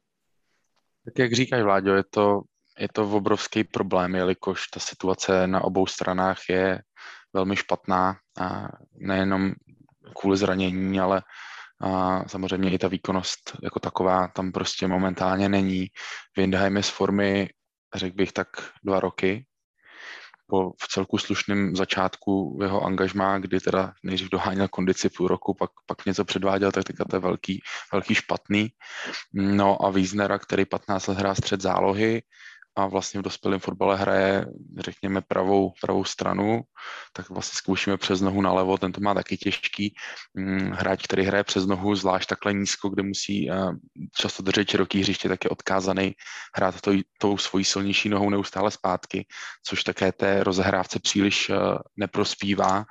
Tak jak říkáš, Vláďo, je to obrovský problém, jelikož ta situace na obou stranách je velmi špatná a nejenom kvůli zranění, ale samozřejmě i ta výkonnost jako taková tam prostě momentálně není. Windheim je z formy, řekl bych tak 2 roky, po v celku slušném začátku jeho angažmá, kdy teda nejdřív doháněl kondici půl roku, pak něco předváděl, tak teďka to je velký špatný. No a Wiesnera, který 15 let hrá střed zálohy a vlastně v dospělém fotbale hraje, řekněme, pravou stranu, tak vlastně zkoušíme přes nohu nalevo, ten to má taky těžký. Hráč, který hraje přes nohu, zvlášť takhle nízko, kde musí často držet široký hřiště, tak je odkázaný hrát tou svojí silnější nohou neustále zpátky, což také té rozehrávce příliš neprospívá.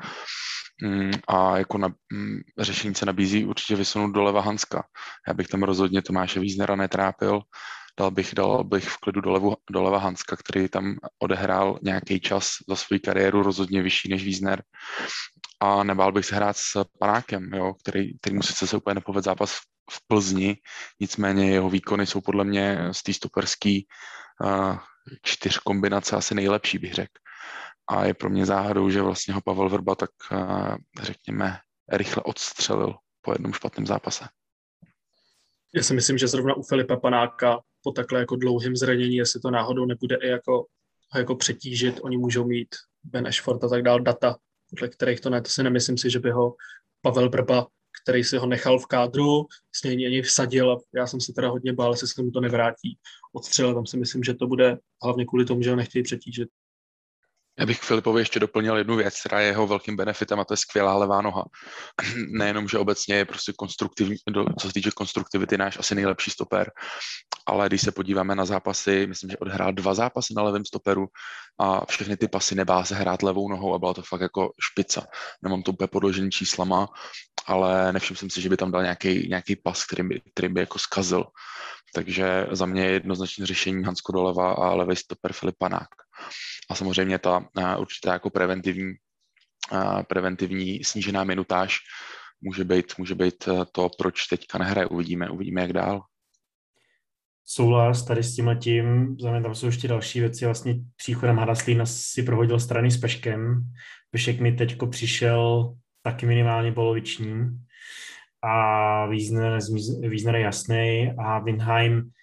A jako řešení se nabízí určitě vysunout doleva Hanska. Já bych tam rozhodně Tomáše Wiesnera netrápil dal bych v klidu doleva Hanska, který tam odehrál nějaký čas za svou kariéru rozhodně vyšší než Wiesner. A nebál bych se hrát s Panákem, jo, který mu sice se úplně nepovedl zápas v Plzni, nicméně jeho výkony jsou podle mě z té stoperský 4 kombinace asi nejlepší, bych řekl. A je pro mě záhadou, že vlastně ho Pavel Vrba tak, řekněme, rychle odstřelil po jednom špatném zápase. Já si myslím, že zrovna u Filipa Panáka po takhle jako dlouhým zranění, jestli to náhodou nebude i jako přetížit, oni můžou mít Ben Ashford a tak dál data, podle kterých to ne, to si nemyslím si, že by ho Pavel Vrba, který si ho nechal v kádru, s něj ani vsadil a já jsem se teda hodně bál, jestli se mu to nevrátí odstřel, tam si myslím, že to bude hlavně kvůli tomu, že ho nechtějí přetížit. Já bych Filipovi ještě doplnil jednu věc, která je jeho velkým benefitem, a to je skvělá levá noha. Nejenom, že obecně je prostě konstruktivní, co se týče konstruktivity, náš asi nejlepší stoper, ale když se podíváme na zápasy, myslím, že odehrál 2 zápasy na levém stoperu a všechny ty pasy nebá se hrát levou nohou a byla to fakt jako špica. Nemám to úplně podložený číslama, ale nevšiml jsem si, že by tam dal nějaký pas, který by jako zkazil. Takže za mě je jednoznačně řešení Hansko doleva a levý stoper Filip Panák. A samozřejmě ta určitá jako preventivní snížená minutáž může být to, proč teďka nehraje. Uvidíme, jak dál. Souhlas tady s tím, znamená, tam jsou ještě další věci. Vlastně příchodem Haraslína si prohodil strany s Peškem. Pešek mi teďko přišel taky minimálně poloviční. A Wiesner je jasný a Windheim,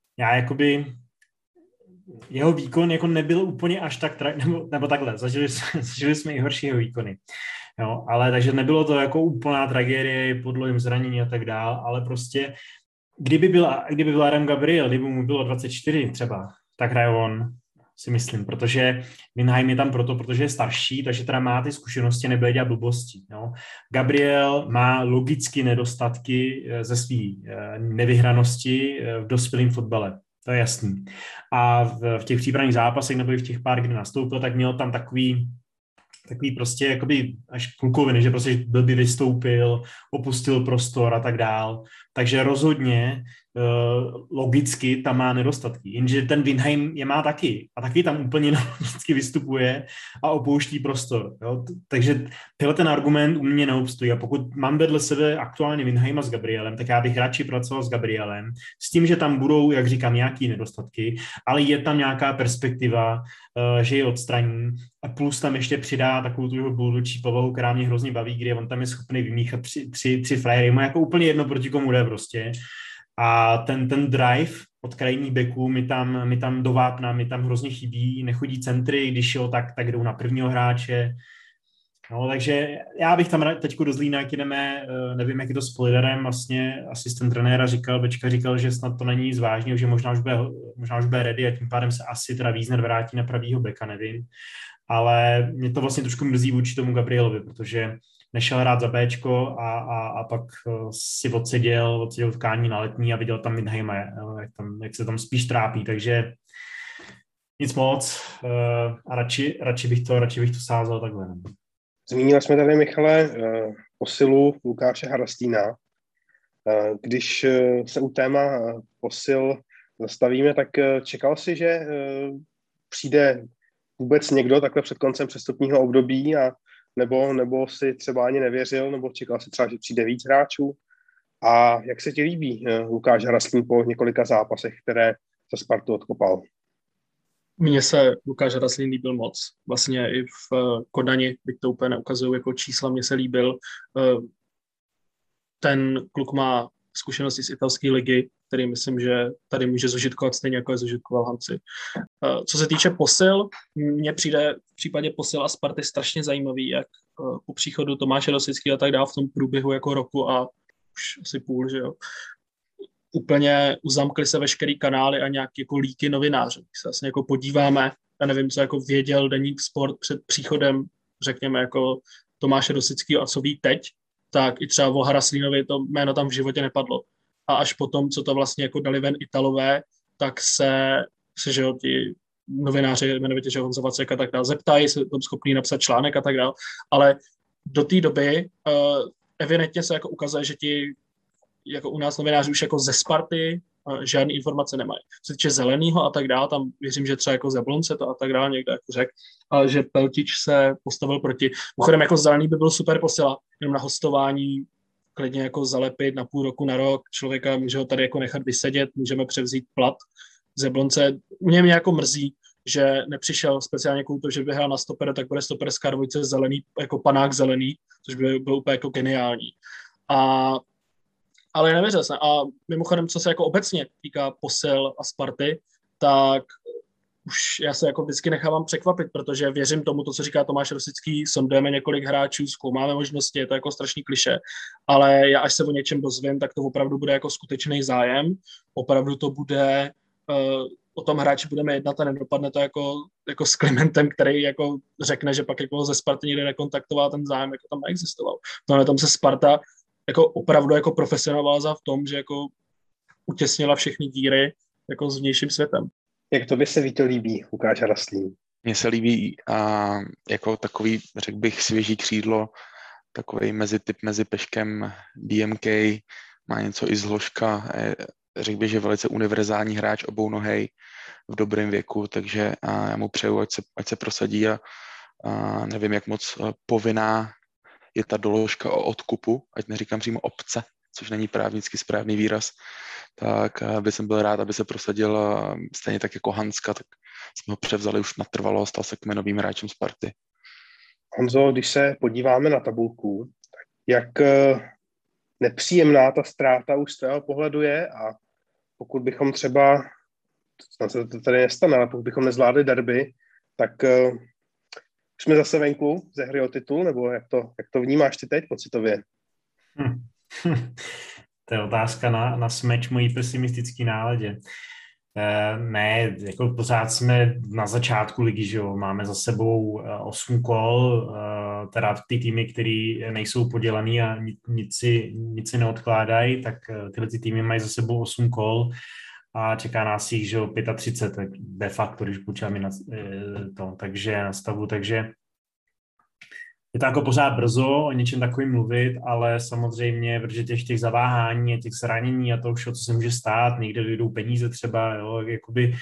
jeho výkon jako nebyl úplně až tak, nebo takhle, zažili jsme i horšího výkony. Jo, ale takže nebylo to jako úplná tragédie po dlouhém zranění a tak dál, ale prostě kdyby byl Adam Gabriel, kdyby mu bylo 24 třeba, tak hraje on, si myslím, protože Windheim je tam protože je starší, takže teda má ty zkušenosti, nebude dělat blbosti. Jo. Gabriel má logicky nedostatky ze své nevyhranosti v dospělém fotbale. To je jasný. A v těch přípravných zápasech nebo i v těch pár, kdy nastoupil, tak měl tam takový prostě jakoby až klukoviny, že prostě blbě vystoupil, opustil prostor a tak dál. Takže rozhodně logicky tam má nedostatky. Jenže ten Windheim je má taky. A taky tam úplně logicky vystupuje a opouští prostor. Jo? Takže tyhle ten argument u mě neobstojí. A pokud mám vedle sebe aktuálně Windheima s Gabrielem, tak já bych radši pracoval s Gabrielem. S tím, že tam budou, jak říkám, nějaké nedostatky, ale je tam nějaká perspektiva, že je odstraní. A plus tam ještě přidá takovou tu jeho buldočí povahu, která mě hrozně baví, kdy on tam je schopný vymíchat tři frajery. Má jako úplně jedno, proti komu jde prostě. A ten drive od krajních backů mi tam do vápna, mi tam hrozně chybí, nechodí centry, když jo, tak jdou na prvního hráče. No, takže já bych tam teďko do Zlína, jak jdeme, nevím, jak je to s Poliderem, vlastně asistent trenéra Bečka říkal, že snad to není nic vážného, že možná už bude ready a tím pádem se asi teda Wiesner vrátí na pravýho beka, nevím. Ale mě to vlastně trošku mrzí vůči tomu Gabrielovi, protože nešel hrát za Bčko a pak si odseděl tkání na Letní a viděl tam Windheima, jak se tam spíš trápí, takže nic moc a radši bych to sázel takhle. Zmínili jsme tady, Michale, posilu Lukáše Harastýna. Když se u téma posil zastavíme, tak čekal si, že přijde vůbec někdo takhle před koncem přestupního období a nebo si třeba ani nevěřil, nebo čekal si třeba, že přijde víc hráčů. A jak se ti líbí Lukáš Harastlín po několika zápasech, které za Spartu odkopal? Mně se Lukáš Harastlín líbil moc. Vlastně i v Kodani, byť to úplně neukazuju jako čísla, mně se líbil. Ten kluk má zkušenosti z italské ligy, který myslím, že tady může zužitkovat stejně, jako je zužitkoval Hanci. Co se týče posil, mně přijde v případě posil a Sparty strašně zajímavý, jak po příchodu Tomáše Rosického a tak dále v tom průběhu jako roku a už asi půl, že jo, úplně uzamkly se veškerý kanály a nějaké jako líky novinářů. Když se vlastně jako podíváme, já nevím, co jako věděl Deník Sport před příchodem, řekněme, jako Tomáše Rosického a co ví teď, tak i třeba o Haraslínovi to jméno tam v životě nepadlo. A až potom, co to vlastně jako dali ven Italové, tak se že jo, ti novináři, jmenovitě, že Honza Vacek a tak dále, zeptají, se tam schopný napsat článek a tak dále, ale do té doby evidentně se jako ukazuje, že ti jako u nás novináři už jako ze Sparty žádný informace nemají. Co se týče Zelenýho a tak dále, tam věřím, že třeba jako z Jablonce to a tak dále někdo jako řekl, ale že Peltič se postavil proti. Mimochodem jako Zelený by byl super posila, jenom na hostování klidně jako zalepit na půl roku, na rok, člověka může ho tady jako nechat vysedět, můžeme převzít plat z Jablonce. Mě jako mrzí, že nepřišel speciálně kvůli to, že by hrál na stopera, tak bude stoper z K2 Zelený, jako panák Zelený, což by bylo úplně jako geniální. Ale nevěřil jsem. A mimochodem, co se jako obecně týká posil a Sparty, tak už já se jako vždycky nechávám překvapit, protože věřím tomu, to, co říká Tomáš Rosický, sondujeme několik hráčů, zkoumáme možnosti, je to jako strašný klišé, ale já až se o něčem dozvím, tak to opravdu bude jako skutečný zájem, opravdu to bude, o tom hráči budeme jednat a nedopadne to jako s Klimentem, který jako řekne, že pak jako ze Sparty nikdy nekontaktoval, ten zájem jako tam neexistoval. No ale tam se Sparta jako opravdu jako profesionalizovala v tom, že jako utěsnila všechny díry jako s vnějším světem. Jak to by se Víto líbí, Lukáš Hrastlín? Mně se líbí jako takový, řekl bych, svěží křídlo, takový mezityp mezi Peškem, DMK, má něco i z Hložka, řekl bych, že velice univerzální hráč obounohej v dobrém věku, takže já mu přeju, ať se prosadí a nevím, jak moc povinná je ta doložka o odkupu, ať neříkám přímo opce, což není právnicky správný výraz, tak by jsem byl rád, aby se prosadil stejně tak jako Hanska, tak jsme ho převzali už natrvalo a stal se kmenovým hráčem Sparty. Honzo, když se podíváme na tabulku, jak nepříjemná ta ztráta už z tvého pohledu je a pokud bychom třeba, snad se to tady nestane, ale pokud bychom nezvládli derby, tak už jsme zase venku ze hry o titul, nebo jak to vnímáš ty teď pocitově? To je otázka na smeč mojí pesimistický náladě. Ne, jako pořád jsme na začátku ligy, že jo, máme za sebou 8 kol, teda ty týmy, které nejsou podělaný a nic si neodkládají, tak tyhle ty týmy mají za sebou 8 kol a čeká nás jich, že jo, 35, tak de facto, když počítáme na to, takže na stavu, takže je to jako pořád brzo o něčem takovým mluvit, ale samozřejmě, protože těch zaváhání a těch zranění a toho všeho, co se může stát, někde dojdou peníze třeba, jo, jakoby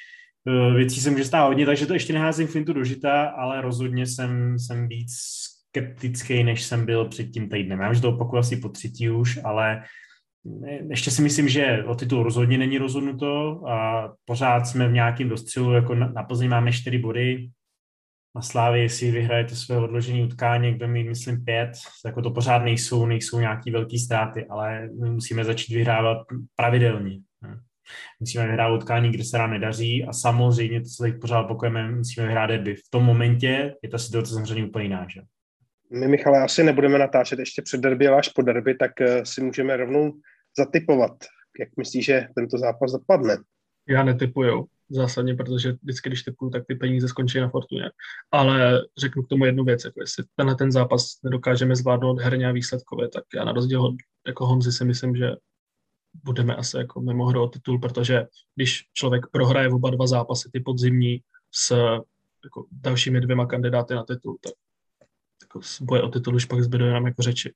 věcí se může stát hodně, takže to ještě neházím flintu do žita, ale rozhodně jsem víc skeptický, než jsem byl před tím týdnem. Já už to opakuju asi po třetí už, ale ještě si myslím, že o titul rozhodně není rozhodnuto a pořád jsme v nějakém dostřelu, jako na Plzni máme 4 body, na Slávii, jestli vyhrajete své odložené utkání, bude mít, myslím, 5, jako to pořád nejsou nějaký velký ztráty, ale my musíme začít vyhrávat pravidelně. Musíme vyhrávat utkání, kde se nám nedaří a samozřejmě, to se teď pořád opakujeme, musíme vyhrát derby. V tom momentě je ta situace samozřejmě úplně jiná, že? My, Michale, asi nebudeme natáčet ještě před derby, ale až po derby, tak si můžeme rovnou zatipovat. Jak myslíš, že tento zápas dopadne? Já netipuju zásadně, protože vždycky, když tipuju, tak ty peníze skončí na Fortuně. Ale řeknu k tomu jednu věc, jako jestli ten zápas nedokážeme zvládnout herně a výsledkově, tak já na rozdíl od jako Honzy si myslím, že budeme asi jako mimo hru o titul, protože když člověk prohraje oba 2 zápasy, ty podzimní s jako dalšími 2 kandidáty na titul, tak jako boje o titul už pak zbyde nám jako řeči.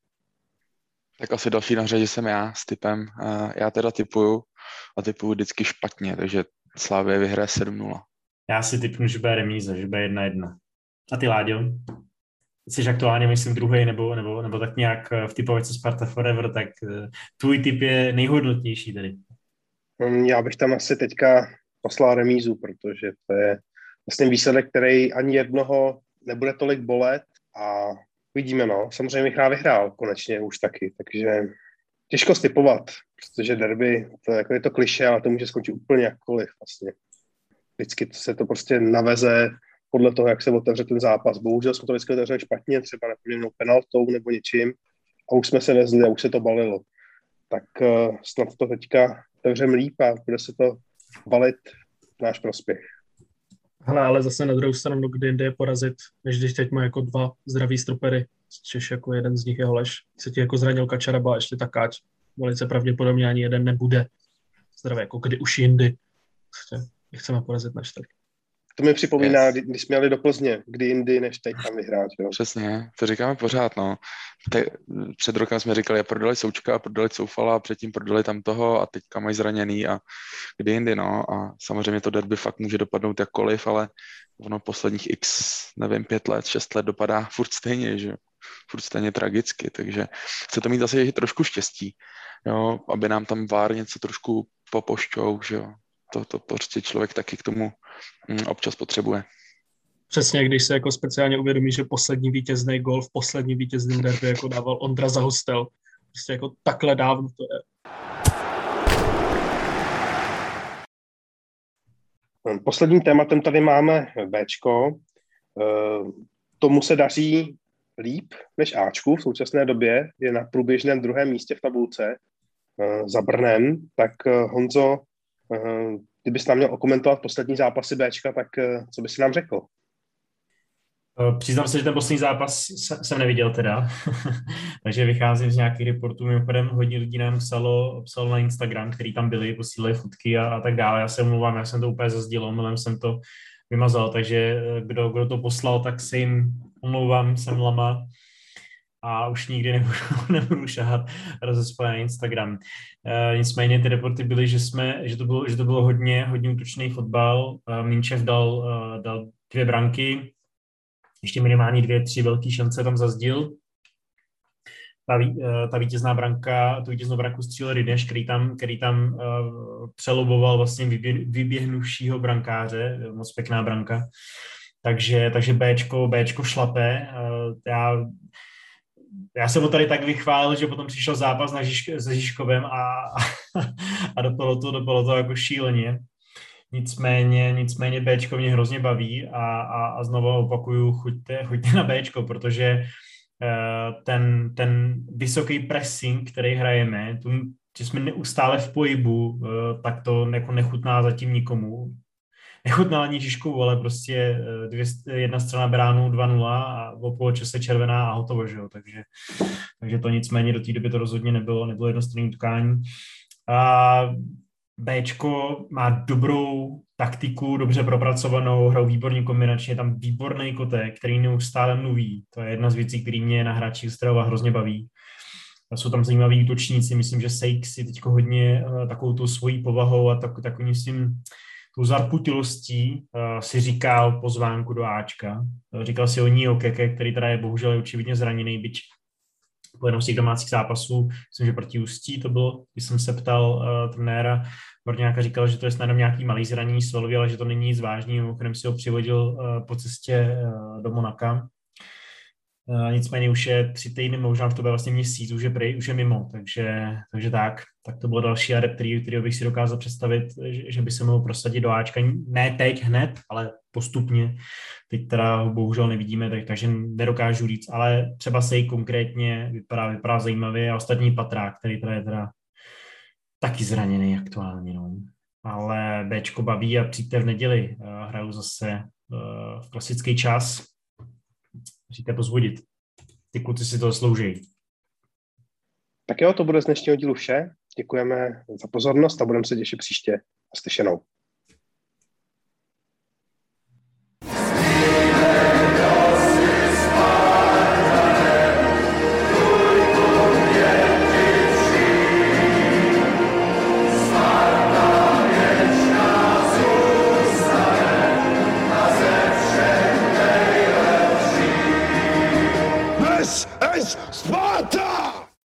Tak asi další na řadě jsem já s tipem. Já teda tipuju a tipuju vždycky špatně, takže Slavie vyhraje 7-0. Já si tipnu, že bude remíza, že bude 1-1. A ty, Láďo? Jsi aktuálně, myslím, druhý nebo tak nějak v typovačce Sparta Forever, tak tvůj tip je nejhodnotnější tady. Já bych tam asi teďka poslal remízu, protože to je vlastně výsledek, který ani jednoho nebude tolik bolet a vidíme, no. Samozřejmě Michal vyhrál konečně už taky, takže těžko stipovat, protože derby, je to klišé, ale to může skončit úplně jakkoliv vlastně. Vždycky se to prostě naveze podle toho, jak se otevře ten zápas. Bohužel jsme to vždycky otevřeli špatně, třeba nepoměrnou penaltou nebo něčím a už jsme se vezli a už se to balilo. Tak snad to teďka otevřeme líp a bude se to balit v náš prospěch. Hele, ale zase na druhou stranu, kdy jde je porazit, než když teď má jako 2 zdraví stopery, což jako jeden z nich je Holeš. Se ti jako zranil Kačaraba a ještě Takáč. Velice pravděpodobně ani jeden nebude zdravý, jako kdy už jindy. Chceme porazit na 4. To mi připomíná, když jsme jeli do Plzně, kdy jindy, než teď tam vyhrát. Jo? Přesně, to říkáme pořád, no. Před rokem jsme říkali, prodali Součka, prodali Coufala, předtím prodali tam toho a teďka mají zraněný a kdy jindy, no. A samozřejmě to derby fakt může dopadnout jakkoliv, ale ono posledních 5 let, 6 let dopadá furt stejně, že jo. Furt stejně tragicky, takže chce to mít zase trošku štěstí, jo, aby nám tam VAR něco trošku popošťou, že jo. To prostě člověk taky k tomu občas potřebuje. Přesně, když se jako speciálně uvědomí, že poslední vítězný gól v posledním vítězném derby jako dával Ondra Zahostel. Prostě jako takhle dávno to je. Posledním tématem tady máme Bčko. Tomu se daří líp než Ačku v současné době. Je na průběžném 2. místě v tabulce za Brnem. Tak Honzo, kdybys nám měl okomentovat poslední zápasy Bčka, tak co bys si nám řekl? Přiznám se, že ten poslední zápas jsem neviděl teda, takže vycházím z nějakých reportů. Mimochodem hodně lidí nám psalo na Instagram, který tam byli, posílali fotky a tak dále. Já se omlouvám, já jsem to úplně zazdílel, omylem jsem to vymazal, takže kdo to poslal, tak se jim omlouvám, jsem lama a už nikdy nebudu šahat rozespat na Instagram. Nicméně ty reporty byly, že to bylo hodně útočný fotbal. Minčev dal 2 branky, ještě minimálně 2-3 velké šance tam zazdil. Ta vítěznou branku střílel Rydneš, který tam přeloboval vlastně vyběhnuvšího brankáře, moc pěkná branka. Takže Bčko šlape. Já jsem ho tady tak vychválil, že potom přišel zápas se Žižkovem a dopadlo to jako šíleně. Nicméně Bčko mě hrozně baví a znovu opakuju, chuďte na Bčko, protože ten vysoký pressing, který hrajeme, že jsme neustále v pohybu, tak to jako nechutná zatím nikomu. Nechutná ani Žižkovu, ale prostě jedna strana bránu 2-0 a o poločase červená a hotovo, že jo, takže to nicméně do té doby to rozhodně nebylo jednostranné utkání. A Bčko má dobrou taktiku, dobře propracovanou, hrajou výborně kombinačně, tam výborný Kotek, který neustále mluví. To je jedna z věcí, který mě na hráčích Strava hrozně baví. A jsou tam zajímaví útočníci, myslím, že Sejk si teď hodně takovou tu svojí povahou a takovým svým tou zarputilostí si říkal pozvánku do Ačka. Říkal si o Nío Keke, který teda je bohužel očividně zraněný, byť po jednom z těch domácích zápasů, myslím, že proti Ústí to bylo, když jsem se ptal trenéra Borňáka, říkal, že to je snad nějaký malý zranění svalový, ale že to není nic vážného, mimochodem si ho přivodil po cestě do Monaka. Nicméně už je 3 týdny, možná už to bude vlastně měsíc, už je mimo, takže tak to bylo další adept, který bych si dokázal představit, že by se mohl prosadit do Ačka, ne teď hned, ale postupně. Teď teda ho bohužel nevidíme, takže nedokážu říct, ale třeba Sej konkrétně vypadá zajímavě a ostatní Patrák, který teda je teda taky zraněný aktuálně, no. Ale Bčko baví a přijďte v neděli, hrajou zase v klasický čas. Přijďte pozvodit. Ty kluci si to zaslouží. Tak jo, to bude z dnešního dílu vše. Děkujeme za pozornost a budeme se těšit příště. Naslyšenou.